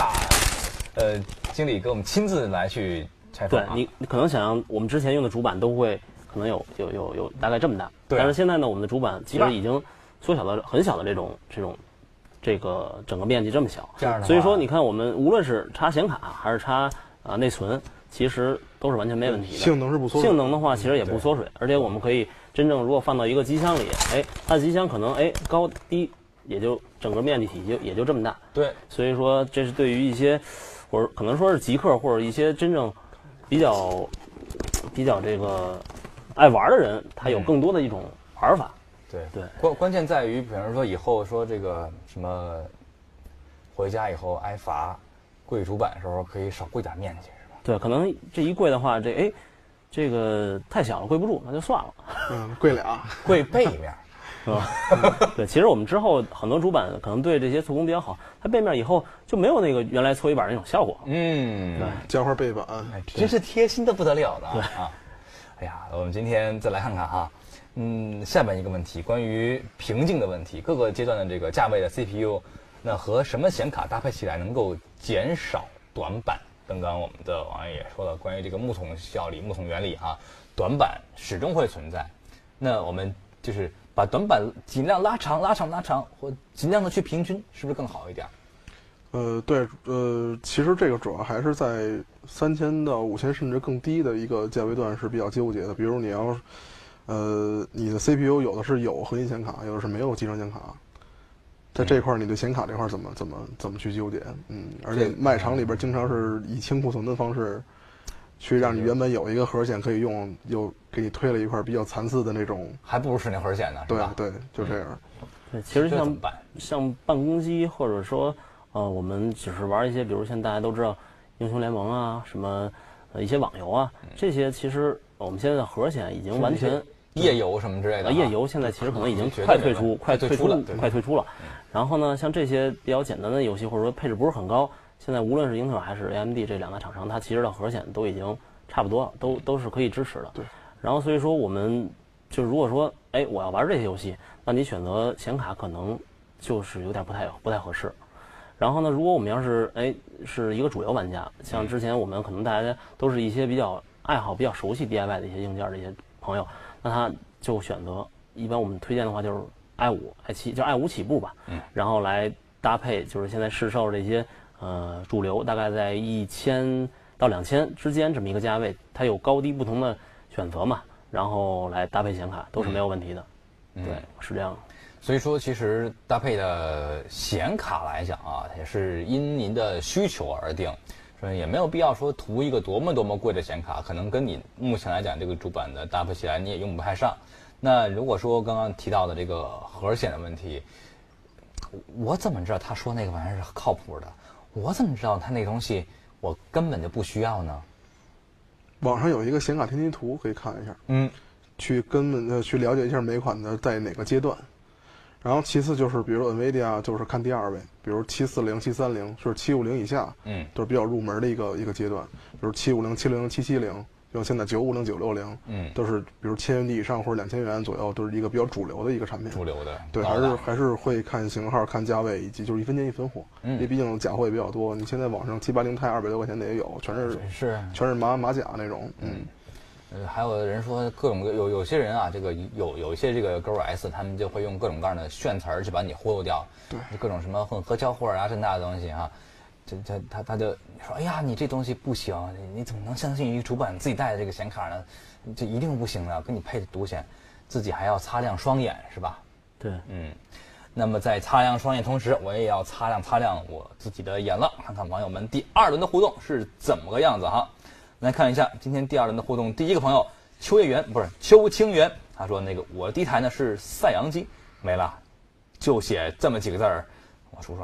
经理给我们亲自来去拆封啊。 对你可能想象我们之前用的主板都会可能有大概这么大，但是现在呢，我们的主板其实已经缩小到很小的这个整个面积这么小， 这样的， 所以说你看我们无论是插显卡还是插内存，其实都是完全没问题的。 性能是不缩水， 性能的话其实也不缩水，而且我们可以真正如果放到一个机箱里，它的机箱可能高低也就整个面积体积也就这么大。 对， 所以说这是对于一些或者可能说是极客或者一些真正比较这个爱玩的人，他有更多的一种玩法。对， 关键在于，比方说以后说这个什么回家以后挨罚跪主板的时候，可以少跪点面积，是吧？ 对，可能这一跪的话，这个太小了跪不住，那就算了。 跪俩， 跪背面， 是吧？对，其实我们之后很多主板可能对这些做工比较好，它背面以后就没有那个原来搓衣板那种效果。 对， 加块背板， 真是贴心的不得了的啊！哎呀，我们今天再来看看哈。下面一个问题，关于瓶颈的问题，各个阶段的这个价位的 CPU， 那和什么显卡搭配起来能够减少短板？刚刚我们的网友也说了，关于这个木桶效理、木桶原理短板始终会存在。那我们就是把短板尽量拉长，或尽量的去平均，是不是更好一点？ 对，其实这个主要还是在3000到5000甚至更低的一个价位段是比较纠结的。比如你要你的 CPU 有的是有核心显卡，有的是没有集成显卡，在这块你对显卡这块怎么去纠结？而且卖场里边经常是以清库存的方式，去让你原本有一个核显可以用，又给你推了一块比较残次的那种， 还不如是那核显呢，是吧？ 对，就这样。 对，其实像办公机，或者说我们只是玩一些，比如现在大家都知道英雄联盟啊，什么一些网游啊，这些其实我们现在的核显已经完全。 页游什么之类的， 页游现在其实可能已经快退出了。然后呢，像这些比较简单的游戏，或者说配置不是很高，现在无论是英特尔还是 AMD 这两大厂商，它其实的核显都已经差不多了，都是可以支持的。 对。 然后所以说我们就如果说我要玩这些游戏，那你选择显卡可能就是有点不太合适。然后呢，如果我们要是是一个主流玩家，像之前我们可能大家都是一些比较爱好、比较熟悉 DIY 的一些硬件的一些朋友。那他就选择，一般我们推荐的话就是 i5、i7， 就 i5起步吧，然后来搭配就是现在市售这些主流大概在1000到2000之间这么一个价位，它有高低不同的选择嘛，然后来搭配显卡都是没有问题的，对，是这样。 所以说，其实搭配的显卡来讲也是因您的需求而定。也没有必要说图一个多么贵的显卡，可能跟你目前来讲这个主板的搭配起来你也用不太上。那如果说刚刚提到的这个核显的问题，我怎么知道他说那个玩意儿是靠谱的？我怎么知道他那东西我根本就不需要呢？ 网上有一个显卡天梯图可以看一下，去去了解一下每款的在哪个阶段。然后其次就是比如 NVIDIA 就是看第二位，比如740、730，就是750以下，都是比较入门的一个阶段，比如750、760、770，就现在950、960，都是比如1000元以上或者2000元左右，都是一个比较主流的一个产品。 主流的， 对，还是会看型号、看价位，以及就是一分钱一分货，因为毕竟假货也比较多。你现在网上780 钛200多块钱的也有，全是马甲那种， 还有人说各种有些人这个有一些这个 GoS 他们就会用各种各样的炫词儿去把你忽悠掉， 对， 各种什么混合交互这那的东西他就说哎呀你这东西不行，你怎么能相信于主板自己带的这个显卡呢？这一定不行的，给你配的独显，自己还要擦亮双眼是吧？ 对， 那么在擦亮双眼同时，我也要擦亮我自己的眼了，看看网友们第2轮的互动是怎么个样子哈。来看一下今天第2轮的互动，第一个朋友邱清源，他说那个我的第一台呢是赛扬机，没了，就写这么几个字儿，我数数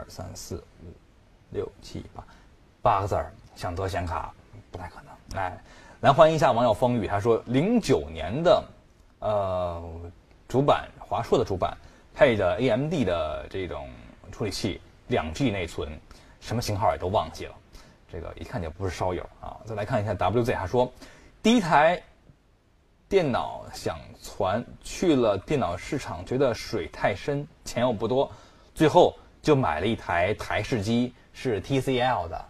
1、2、3、4、5、6、7、8个字儿，想得显卡不太可能。来欢迎一下网友风雨，他说09年的主板，华硕的主板配的 AMD 的这种处理器，2G 内存，什么型号也都忘记了。 这个一看就不是烧友啊。再来看一下 WZ 还说，第一台电脑想传去了电脑市场，觉得水太深，钱又不多，最后就买了一台台式机，是 TCL 的。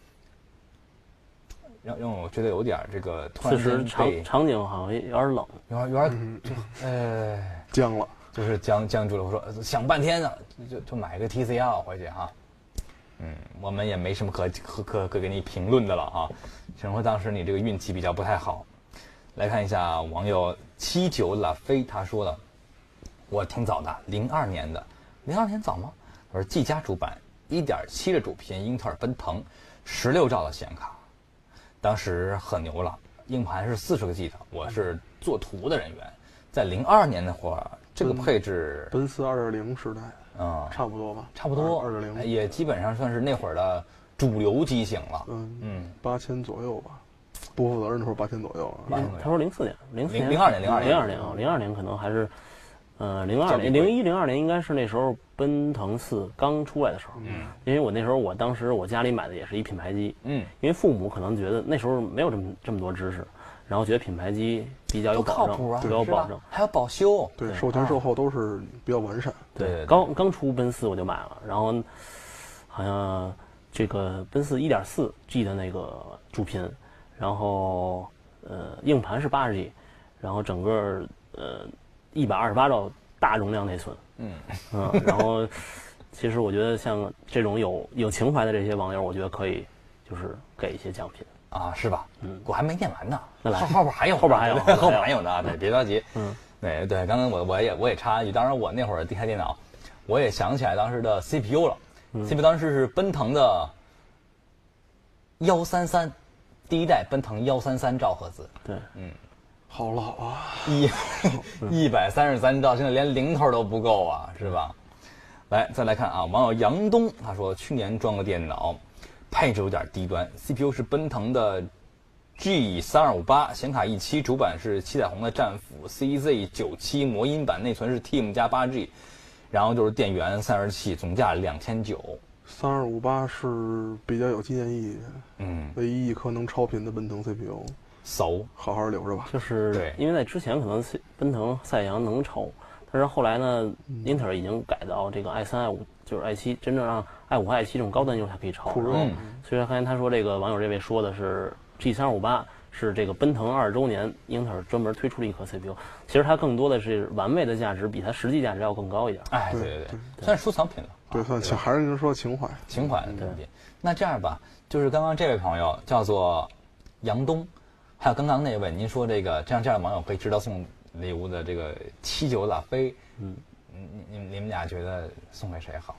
让我觉得有点这个突然此间时场景好像有点冷， 有点僵了， 就是僵住了。我说想半天呢，就买个 TCL 回去哈。我们也没什么可给你评论的了啊，只能说当时你这个运气比较不太好。来看一下网友79拉菲，他说了，我挺早的，02年的，02年早吗？我说技嘉主板1.7的主频，英特尔奔腾，16兆的显卡，当时很牛了，硬盘是40个 G 的，我是做图的人员，在02年那会儿，这个配置奔四2.0时代，差不多吧， 差不多 2.0 也基本上算是那会儿的主流机型了。 8000左右吧，不负责任的说8000左右。 他说04年，02年可能还是，02年应该是那时候奔腾4刚出来的时候。因为我那时候我当时我家里买的也是一品牌机。因为父母可能觉得那时候没有这么多知识，然后觉得品牌机比较有保证，比较有保证， 还有保修， 对，售前售后都是比较完善。 对，刚出奔4我就买了，然后好像这个奔4 1.4G 的那个主频，然后硬盘是80G，然后整个128兆大容量内存。然后其实我觉得像这种有情怀的这些网友，我觉得可以就是给一些奖品。 啊，是吧？我还没念完呢， 那来后边还有， 后边还有呢，对，别着急。对，刚刚我也插一句，当然我那会儿第一台电脑，我也想起来当时的 CPU 了，CPU 当时是奔腾的133，第一代奔腾133兆赫兹。 对， 好老啊 ，133兆，现在连零头都不够啊，是吧？再来看啊，网友杨东他说，去年装个电脑。配置有点低端 ，CPU 是奔腾的 G3258，显卡1.7，主板是七彩虹的战斧 CZ97 魔音版，内存是 TIM 加8G， 然后就是电源、散热器，总价2900。 3258是比较有纪念意义的，唯一一颗能超频的奔腾 CPU， 好好留着吧。 就是因为在之前可能奔腾赛扬能超，但是后来呢，英特尔已经改到这个 i3、i5，就是 i7，真正让 i5 和 i7 这种高端用户才可以超。所以刚才他说这个网友这位说的是 G3258是这个奔腾20周年，英特尔专门推出了一颗 CPU。其实它更多的是玩味的价值，比它实际价值要更高一点。 对，算是收藏品了。 对，算还是说情怀的东西。那这样吧，就是刚刚这位朋友叫做杨东，还有刚刚那位，您说这个这样的网友可以知道送礼物的这个79拉菲，你们俩觉得送给谁好？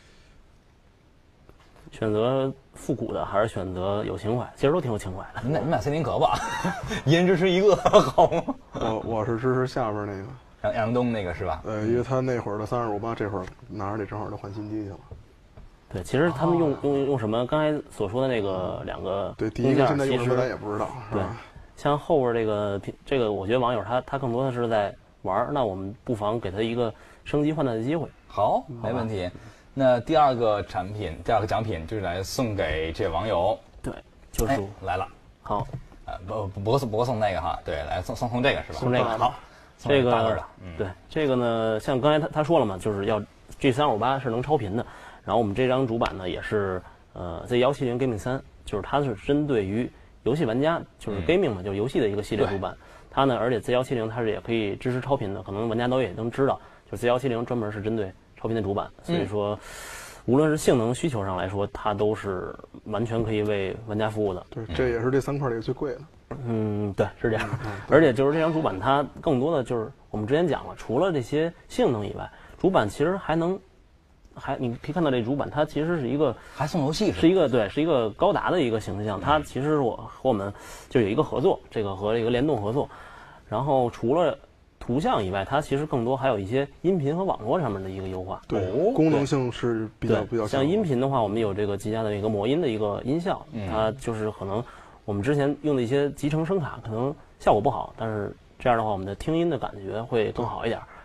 选择复古的还是选择有情怀？其实都挺有情怀的。 你买森林壳吧，一人支持一个，好吗？ 我是支持下边那个杨东那个是吧？ 因为他那会儿的3258，这会儿拿着这正好就换新机去了。 对，其实他们用什么？刚才所说的那个2个， 对，第一个现在用什么咱也不知道，是吧？ 像后边这个，我觉得网友他更多的是在玩，那我们不妨给他一个升级换代的机会。 好，没问题。那第二个奖品就是来送给这网友。 对，就是来了。 好， 不送那个哈，对，来送这个是吧？ 送这个好，这个对这个呢，像刚才他说了嘛，就是要 G358是能超频的。然后我们这张主板呢也是Z170 Gaming 3，就是它是针对于游戏玩家，就是 gaming 嘛，就是游戏的一个系列主板。它呢，而且 Z170 它是也可以支持超频的，可能玩家也能知道，就是 Z170 专门是针对超频的主板，所以说无论是性能需求上来说，它都是完全可以为玩家服务的。 对，这也是这3块里最贵的。 对，是这样。而且就是这张主板，它更多的就是我们之前讲了，除了这些性能以外，主板其实你可以看到这主板，它其实是一个还送游戏， 是一个高达的一个形象。它其实和我们就有一个合作，这个和这个联动合作。然后除了图像以外，它其实更多还有一些音频和网络上面的一个优化。 对，功能性是比较像音频的话，我们有这个技嘉的一个魔音的一个音效，它就是可能我们之前用的一些集成声卡可能效果不好，但是这样的话，我们的听音的感觉会更好一点。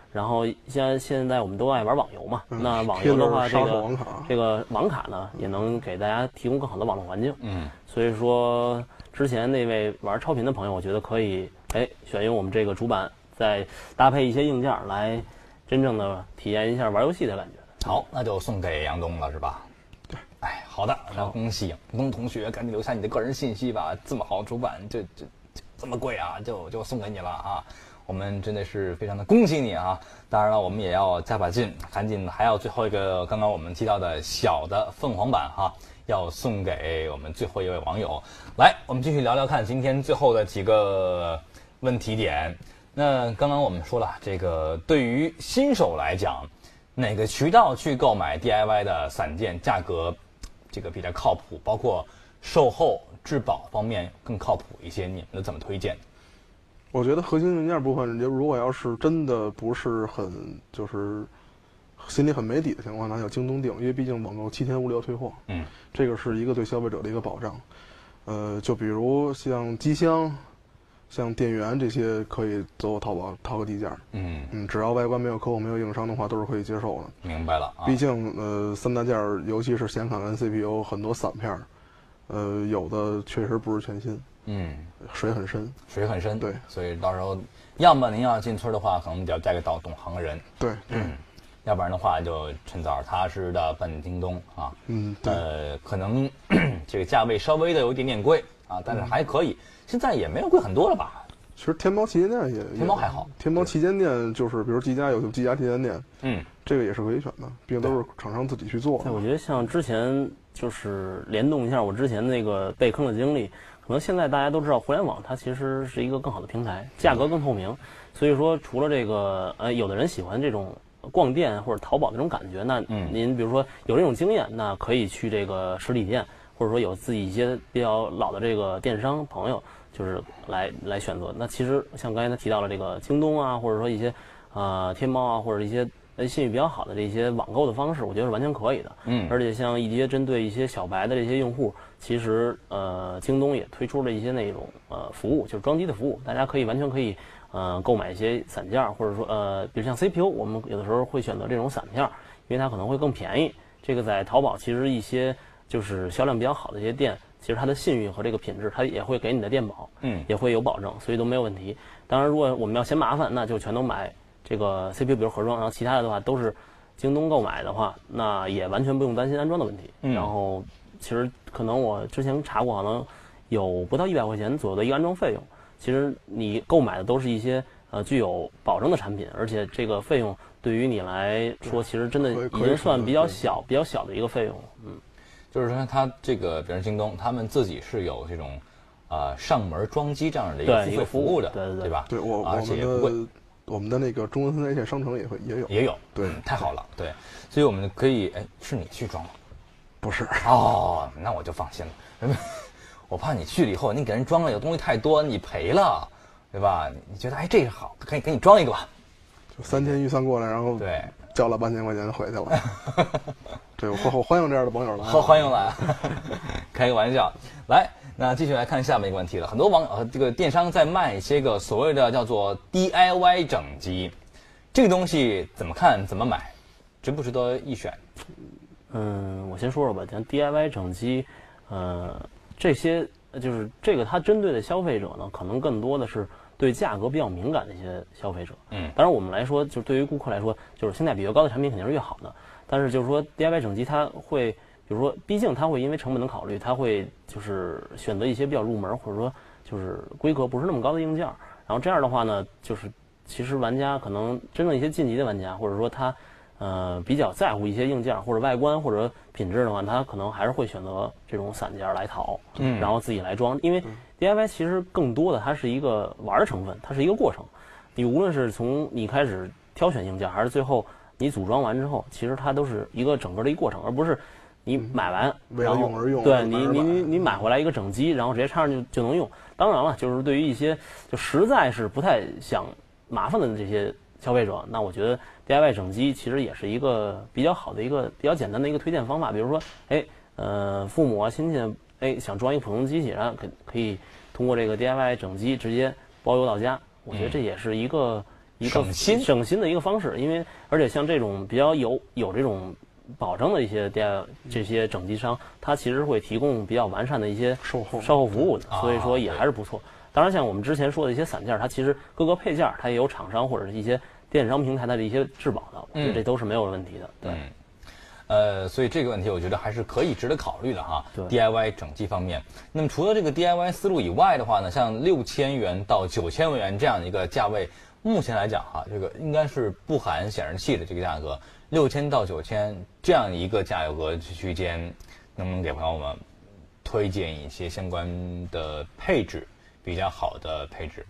然后现在我们都爱玩网游嘛，那网游的话，这个网卡呢也能给大家提供更好的网络环境。所以说之前那位玩超频的朋友，我觉得可以选用我们这个主板，再搭配一些硬件来真正的体验一下玩游戏的感觉。 好，那就送给杨东了，是吧？ 对， 好的，那恭喜杨东同学，赶紧留下你的个人信息吧。这么好的主板，这么贵啊，就送给你了啊！我们真的是非常的恭喜你啊！当然了，我们也要加把劲，赶紧还有最后一个刚刚我们提到的小的凤凰版哈，要送给我们最后一位网友。来，我们继续聊聊看今天最后的几个问题点。那刚刚我们说了，这个对于新手来讲，哪个渠道去购买 DIY 的散件，价格这个比较靠谱，包括售后质保方面更靠谱一些，你们都怎么推荐？ 我觉得核心硬件部分，如果要是真的不是很就是心里很没底的情况，那就京东订，因为毕竟网购7天无理由退货，这个是一个对消费者的一个保障。就比如像机箱、像电源这些，可以走淘宝掏个低价。只要外观没有客户没有硬伤的话，都是可以接受的。 明白了。 毕竟3大件，尤其是显卡跟 CPU 很多散片，有的确实不是全新。水很深，对， 所以到时候，要么您要进村的话，可能得要带个懂行人， 对， 要不然的话就趁早踏实的奔京东啊， 对， 可能这个价位稍微的有一点点贵啊，但是还可以，现在也没有贵很多了吧？ 其实天猫旗舰店天猫还好， 天猫旗舰店就是比如技嘉有技嘉旗舰店，这个也是可以选的，毕竟都是厂商自己去做。 对，我觉得像之前就是联动一下我之前那个被坑的经历。可能现在大家都知道，互联网它其实是一个更好的平台，价格更透明。所以说，除了这个，有的人喜欢这种逛店或者淘宝那种感觉，那您比如说有这种经验，那可以去这个实体店，或者说有自己一些比较老的这个电商朋友，就是来选择。那其实像刚才他提到了这个京东啊，或者说一些天猫啊，或者一些信誉比较好的这些网购的方式，我觉得是完全可以的。而且像一些针对一些小白的这些用户。其实京东也推出了一些那种服务，就是装机的服务，大家可以完全可以购买一些散件，或者说比如像 CPU， 我们有的时候会选择这种散片，因为它可能会更便宜。这个在淘宝其实一些就是销量比较好的一些店，其实它的信誉和这个品质，它也会给你的店保，也会有保证，所以都没有问题。当然，如果我们要嫌麻烦，那就全都买这个 CPU， 比如盒装，然后其他的话都是京东购买的话，那也完全不用担心安装的问题。然后。其实可能我之前查过，可能有不到100块钱左右的一个安装费用。其实你购买的都是一些具有保证的产品，而且这个费用对于你来说，其实真的已经算比较小的一个费用。 就是说它这个，比如京东，他们自己是有这种上门装机这样的一个服务的，对吧？ 对， 而且也不贵。 我们的那个中关村在线商城也有。对， 太好了，对，所以我们可以，是你去装吗？ 不是哦，那我就放心了。我怕你去了以后，你给人装了有东西太多，你赔了，对吧？你觉得这个好，可以给你装一个吧？ 就3天预算过来，然后对交了8000块钱回去了。对，我欢迎这样的网友来， 欢迎来，开个玩笑。来，那继续来看下面一个问题了。很多这个电商在卖一些个所谓的叫做 DIY 整机，这个东西怎么看？怎么买？值不值得一选？ 我先说说吧，像 DIY 整机，这些就是这个它针对的消费者呢，可能更多的是对价格比较敏感的一些消费者。当然我们来说，就对于顾客来说，就是性价比越高的产品肯定是越好的。但是就是说 DIY 整机它会，比如说，毕竟它会因为成本的考虑，它会就是选择一些比较入门或者说就是规格不是那么高的硬件。然后这样的话呢，就是其实玩家可能真正一些晋级的玩家，或者说他比较在乎一些硬件或者外观或者品质的话，他可能还是会选择这种散件来淘，然后自己来装。因为 DIY 其实更多的它是一个玩的成分，它是一个过程。你无论是从你开始挑选硬件，还是最后你组装完之后，其实它都是一个整个的一个过程，而不是你买完为了用而用。 对你买回来一个整机，然后直接插上就能用。当然了，就是对于一些就实在是不太想麻烦的这些消费者，那我觉得 DIY 整机其实也是一个比较好的一个比较简单的一个推荐方法。比如说，父母啊亲戚想装一个普通机器，然后可以通过这个 DIY 整机直接包邮到家。我觉得这也是一个省心的一个方式。因为而且像这种比较有这种保证的一些这些整机商，它其实会提供比较完善的一些售后服务的，所以说也还是不错。当然，像我们之前说的一些散件，它其实各个配件它也有厂商或者是一些电商平台的一些质保的，我觉得这都是没有问题的。对， 所以这个问题我觉得还是可以值得考虑的哈。 对 DIY 整机方面，那么除了这个 DIY 思路以外的话呢，像6000元到9000元这样一个价位，目前来讲哈，这个应该是不含显示器的这个价格，6000到9000这样一个价格区间，能不能给朋友们推荐一些相关的配置？比较好的配置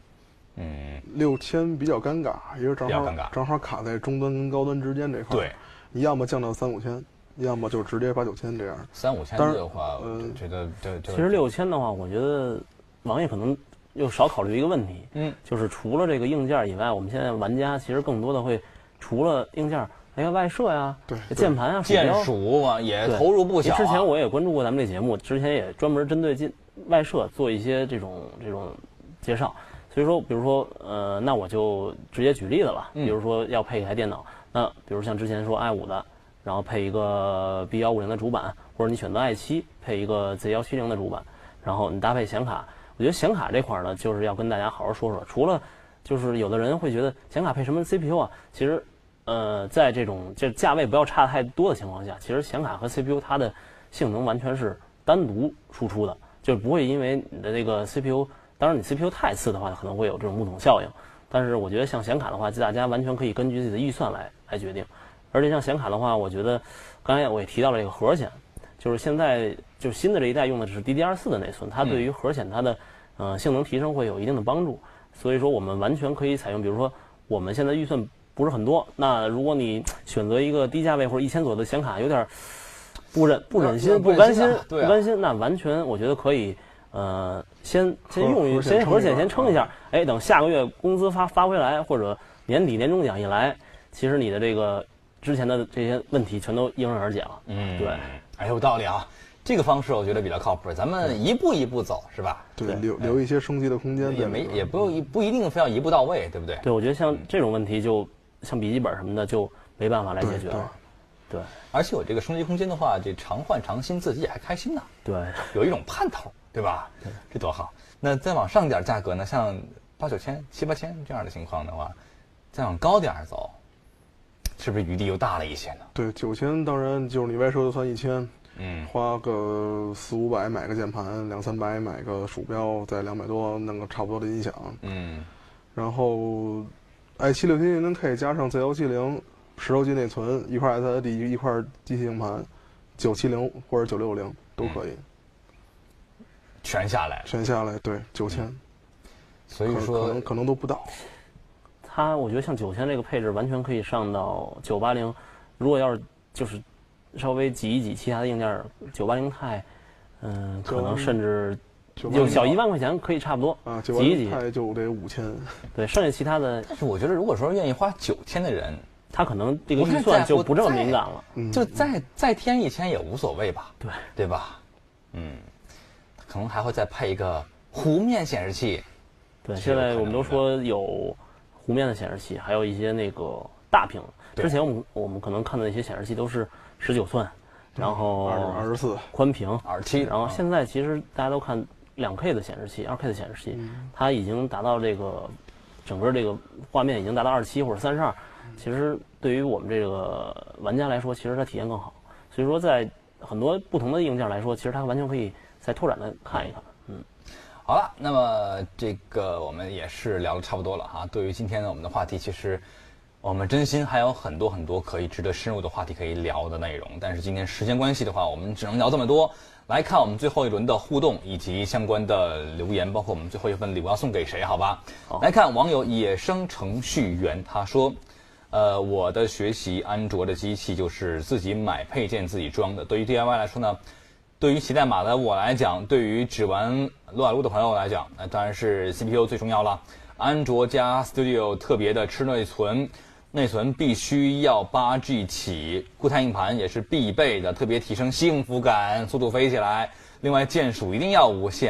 ，6000比较尴尬，因为正好卡在中端跟高端之间这块。 对， 你要么降到3、5千，要么就直接8、9千这样。 3、5千的话，我觉得其实6000的话，我觉得王爷可能又少考虑一个问题，就是除了这个硬件以外，我们现在玩家其实更多的会除了硬件，外设呀， 对， 键盘啊， 键鼠啊也投入不小。 之前我也关注过咱们这节目，之前也专门针对外设做一些这种介绍，所以说，比如说，那我就直接举例子了，比如说要配一台电脑，那比如像之前说i5的，然后配一个 B150的主板，或者你选择i7配一个 Z170的主板，然后你搭配显卡，我觉得显卡这块呢，就是要跟大家好好说说。除了就是有的人会觉得显卡配什么 CPU 啊，其实，在这价位不要差太多的情况下，其实显卡和 CPU 它的性能完全是单独输出的。就不会因为你的这个 CPU， 当然你 CPU 太次的话，可能会有这种木桶效应。但是我觉得像显卡的话，大家完全可以根据自己的预算来决定。而且像显卡的话，我觉得刚才我也提到了这个核显，就是现在就是新的这一代用的是 DDR4 的内存，它对于核显它的性能提升会有一定的帮助。所以说我们完全可以采用，比如说我们现在预算不是很多，那如果你选择一个低价位或者1000左右的显卡，有点不忍心、不甘心，那完全我觉得可以，先核显先撑一下，等下个月工资发回来，或者年底年终奖一来，其实你的这个之前的这些问题全都迎刃而解了。 对，有道理啊，这个方式我觉得比较靠谱，咱们一步一步走，是吧？ 对，留一些升级的空间， 也不一定非要一步到位，对不对？ 对，我觉得像这种问题，就像笔记本什么的，就没办法来解决了。对， 而且有这个升级空间的话，这常换常新，自己也还开心呢。 对， 有一种盼头，对吧？对，这多好。那再往上点价格呢？像8、9千、7、8千这样的情况的话，再往高点走，是不是余地又大了一些呢？ 对，9千当然就是你外设就算1000，花个4、500买个键盘，2、300买个鼠标，再200多弄个差不多的音响，然后 i7 6000K 加上 Z170。16G 内存，一块 SSD， 一块机器硬盘，970或者960都可以， 全下来， 对，9000， 所以说可能都不到。 我觉得像9000这个配置完全可以上到980，如果要是就是稍微挤一挤其他的硬件，980 钛，可能甚至就小1万块钱可以差不多啊， 挤一挤钛就得5000， 对，剩下其他的。 但是我觉得，如果说愿意花9000的人。 他可能这个预算就不这么敏感了， 就再添1000也无所谓吧，对吧？可能还会再配一个弧面显示器。 对，现在我们都说有弧面的显示器，还有一些那个大屏。之前我们可能看的一些显示器都是19寸，然后 24 宽屏 27， 然后现在其实大家都看2K 的显示器、2K 的显示器，它已经达到这个整个这个画面已经达到27或者32。其实对于我们这个玩家来说，其实它体验更好。所以说，在很多不同的硬件来说，其实它完全可以再拓展的看一看。 好了，那么这个我们也是聊得差不多了哈。对于今天呢，我们的话题其实我们真心还有很多很多可以值得深入的话题可以聊的内容，但是今天时间关系的话，我们只能聊这么多。来看我们最后一轮的互动以及相关的留言，包括我们最后一份礼物要送给谁，好吧？来看网友野生程序员，他说。我的学习安卓的机器就是自己买配件自己装的。对于 DIY 来说呢，对于写代码的我来讲，对于只玩撸啊撸的朋友来讲，那当然是 CPU 最重要了。安卓加 Studio 特别的吃内存，内存必须要8G 起，固态硬盘也是必备的，特别提升幸福感，速度飞起来。另外键鼠一定要无线。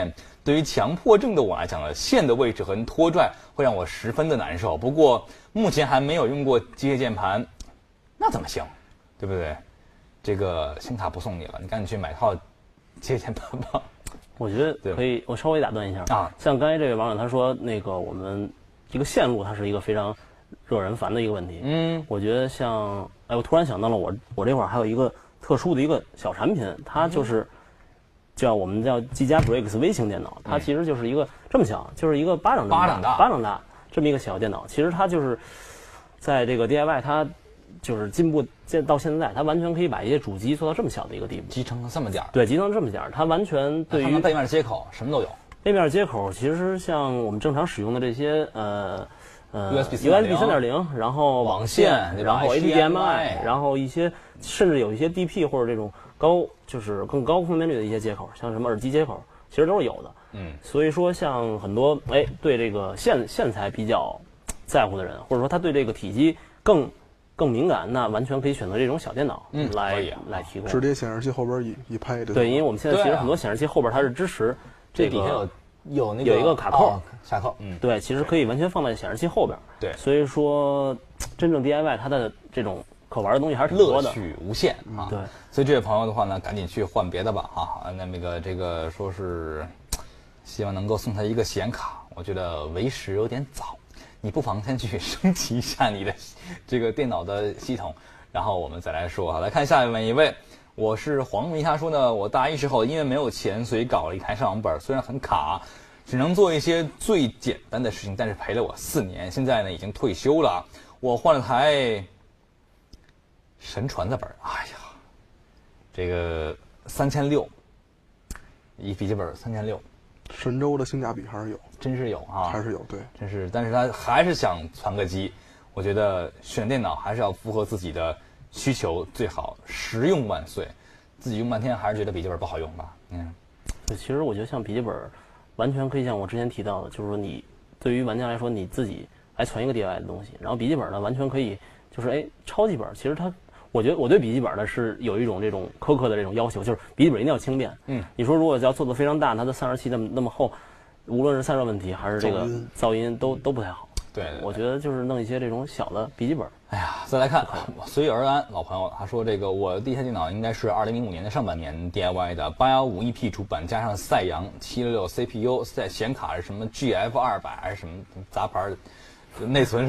对于强迫症的我来讲呢，线的位置和拖拽会让我十分的难受。不过目前还没有用过机械键盘，那怎么行？对不对？这个星卡不送你了，你赶紧去买套机械键盘吧。 我觉得可以，我稍微打断一下啊。 像刚才这位网友他说，那个我们这个线路它是一个非常惹人烦的一个问题。我觉得像，我突然想到了我这会儿还有一个特殊的一个小产品，它就是我们叫技嘉 Brix 微型电脑，它其实就是一个这么小，就是一个巴掌大这么一个小电脑。其实它就是在这个 DIY 它就是进步到现在，它完全可以把一些主机做到这么小的一个地步， 集成了这么点儿。 对，集成这么点儿，它完全对于背面接口什么都有。 背面接口其实像我们正常使用的这些 USB 3.0，然后网线，然后 HDMI， 然后一些甚至有一些 DP 或者这种就是更高分辨率的一些接口，像什么耳机接口，其实都是有的。所以说像很多对这个线材比较在乎的人，或者说他对这个体积更敏感，那完全可以选择这种小电脑来提供。 直接显示器后边一拍的。 对，因为我们现在其实很多显示器后边它是支持这底下有一个卡扣， 卡扣。 对，其实可以完全放在显示器后边。对，所以说真正 DIY 它的这种可玩的东西还是挺多的， 乐趣无限啊。 对， 所以这位朋友的话呢，赶紧去换别的吧啊。那个这个说是希望能够送他一个显卡，我觉得为时有点早。你不妨先去升级一下你的这个电脑的系统，然后我们再来说。好，来看下面一位，我是黄迷，他说呢，我大一时候因为没有钱，所以搞了一台上网本，虽然很卡，只能做一些最简单的事情，但是陪了我4年，现在呢已经退休了。我换了台神传的本，哎呀，这个3600，一笔记本3600。 神州的性价比还是有， 真是有啊， 还是有，对， 真是。但是他还是想传个机，我觉得选电脑还是要符合自己的需求，最好实用万岁。自己用半天还是觉得笔记本不好用吧？ 对，其实我觉得像笔记本，完全可以像我之前提到的，就是说你对于玩家来说，你自己来传一个 DIY 的东西，然后笔记本呢完全可以就是超级本，其实它。我觉得我对笔记本呢是有一种这种苛刻的这种要求，就是笔记本一定要轻便。你说如果要做的非常大，它的散热器那么厚，无论是散热问题还是这个噪音都不太好。 对， 我觉得就是弄一些这种小的笔记本。 哎呀，再来看随遇而安老朋友，他说这个我第一台电脑应该是2005年的上半年 DIY 的815 EP 主板加上赛扬766 CPU， 显卡是什么 GF200还是什么杂牌，内存是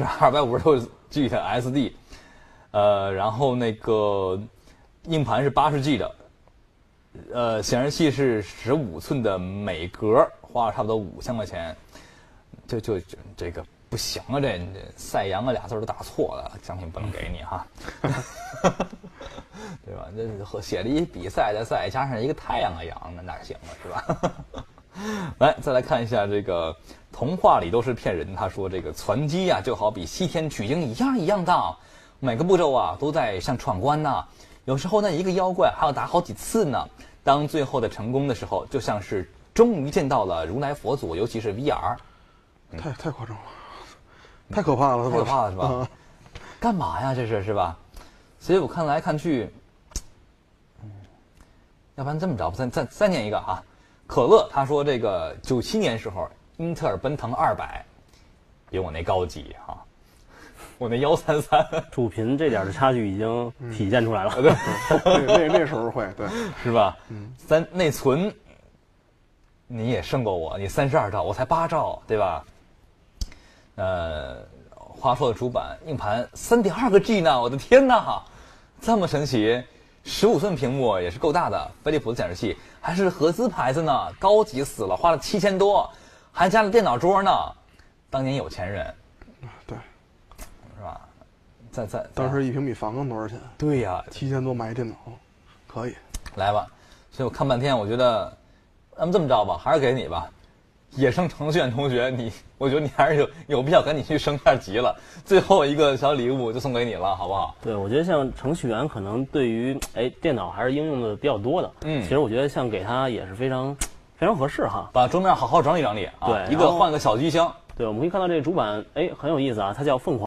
256G 的 SD。然后那个硬盘是80G 的，显示器是15寸的美格，花了差不多5000块钱，就这个不行啊，这赛扬啊俩字都打错了，奖品不能给你哈，对吧？这写了一比赛的赛，加上一个太阳的阳，那哪行啊，是吧？来，再来看一下这个童话里都是骗人。他说这个攒机呀，就好比西天取经一样大。每个步骤啊都在像闯关呐，有时候那一个妖怪还要打好几次呢。当最后的成功的时候，就像是终于见到了如来佛祖，尤其是 VR， 太夸张了，太可怕了， 太可怕了是吧？干嘛呀？这是吧？所以我看来看去，要不然这么着，再念一个啊。可乐他说这个97年时候，英特尔奔腾200，比我那高级哈。我那133， 主频这点的差距已经体现出来了。 对，那时候会，对， 是吧？内存你也胜过我，你32兆，我才8兆，对吧？华硕的主板硬盘3.2个 G 呢，我的天哪，这么神奇！15寸屏幕也是够大的，飞利浦的显示器还是合资牌子呢，高级死了，花了7000多，还加了电脑桌呢，当年有钱人。 对。 是吧？ 当时1平米房子多少钱？ 对呀 ，7000多买电脑，可以。 来吧，所以我看半天，我觉得，那么这么着吧，还是给你吧。野生程序员同学，我觉得你还是有必要赶紧去升下级了。最后一个小礼物就送给你了，好不好？ 对，我觉得像程序员可能对于电脑还是应用的比较多的。其实我觉得像给他也是非常合适哈。 把桌面好好整理整理啊， 对， 一个换个小机箱。 对，我们可以看到这个主板，很有意思啊，它叫凤凰。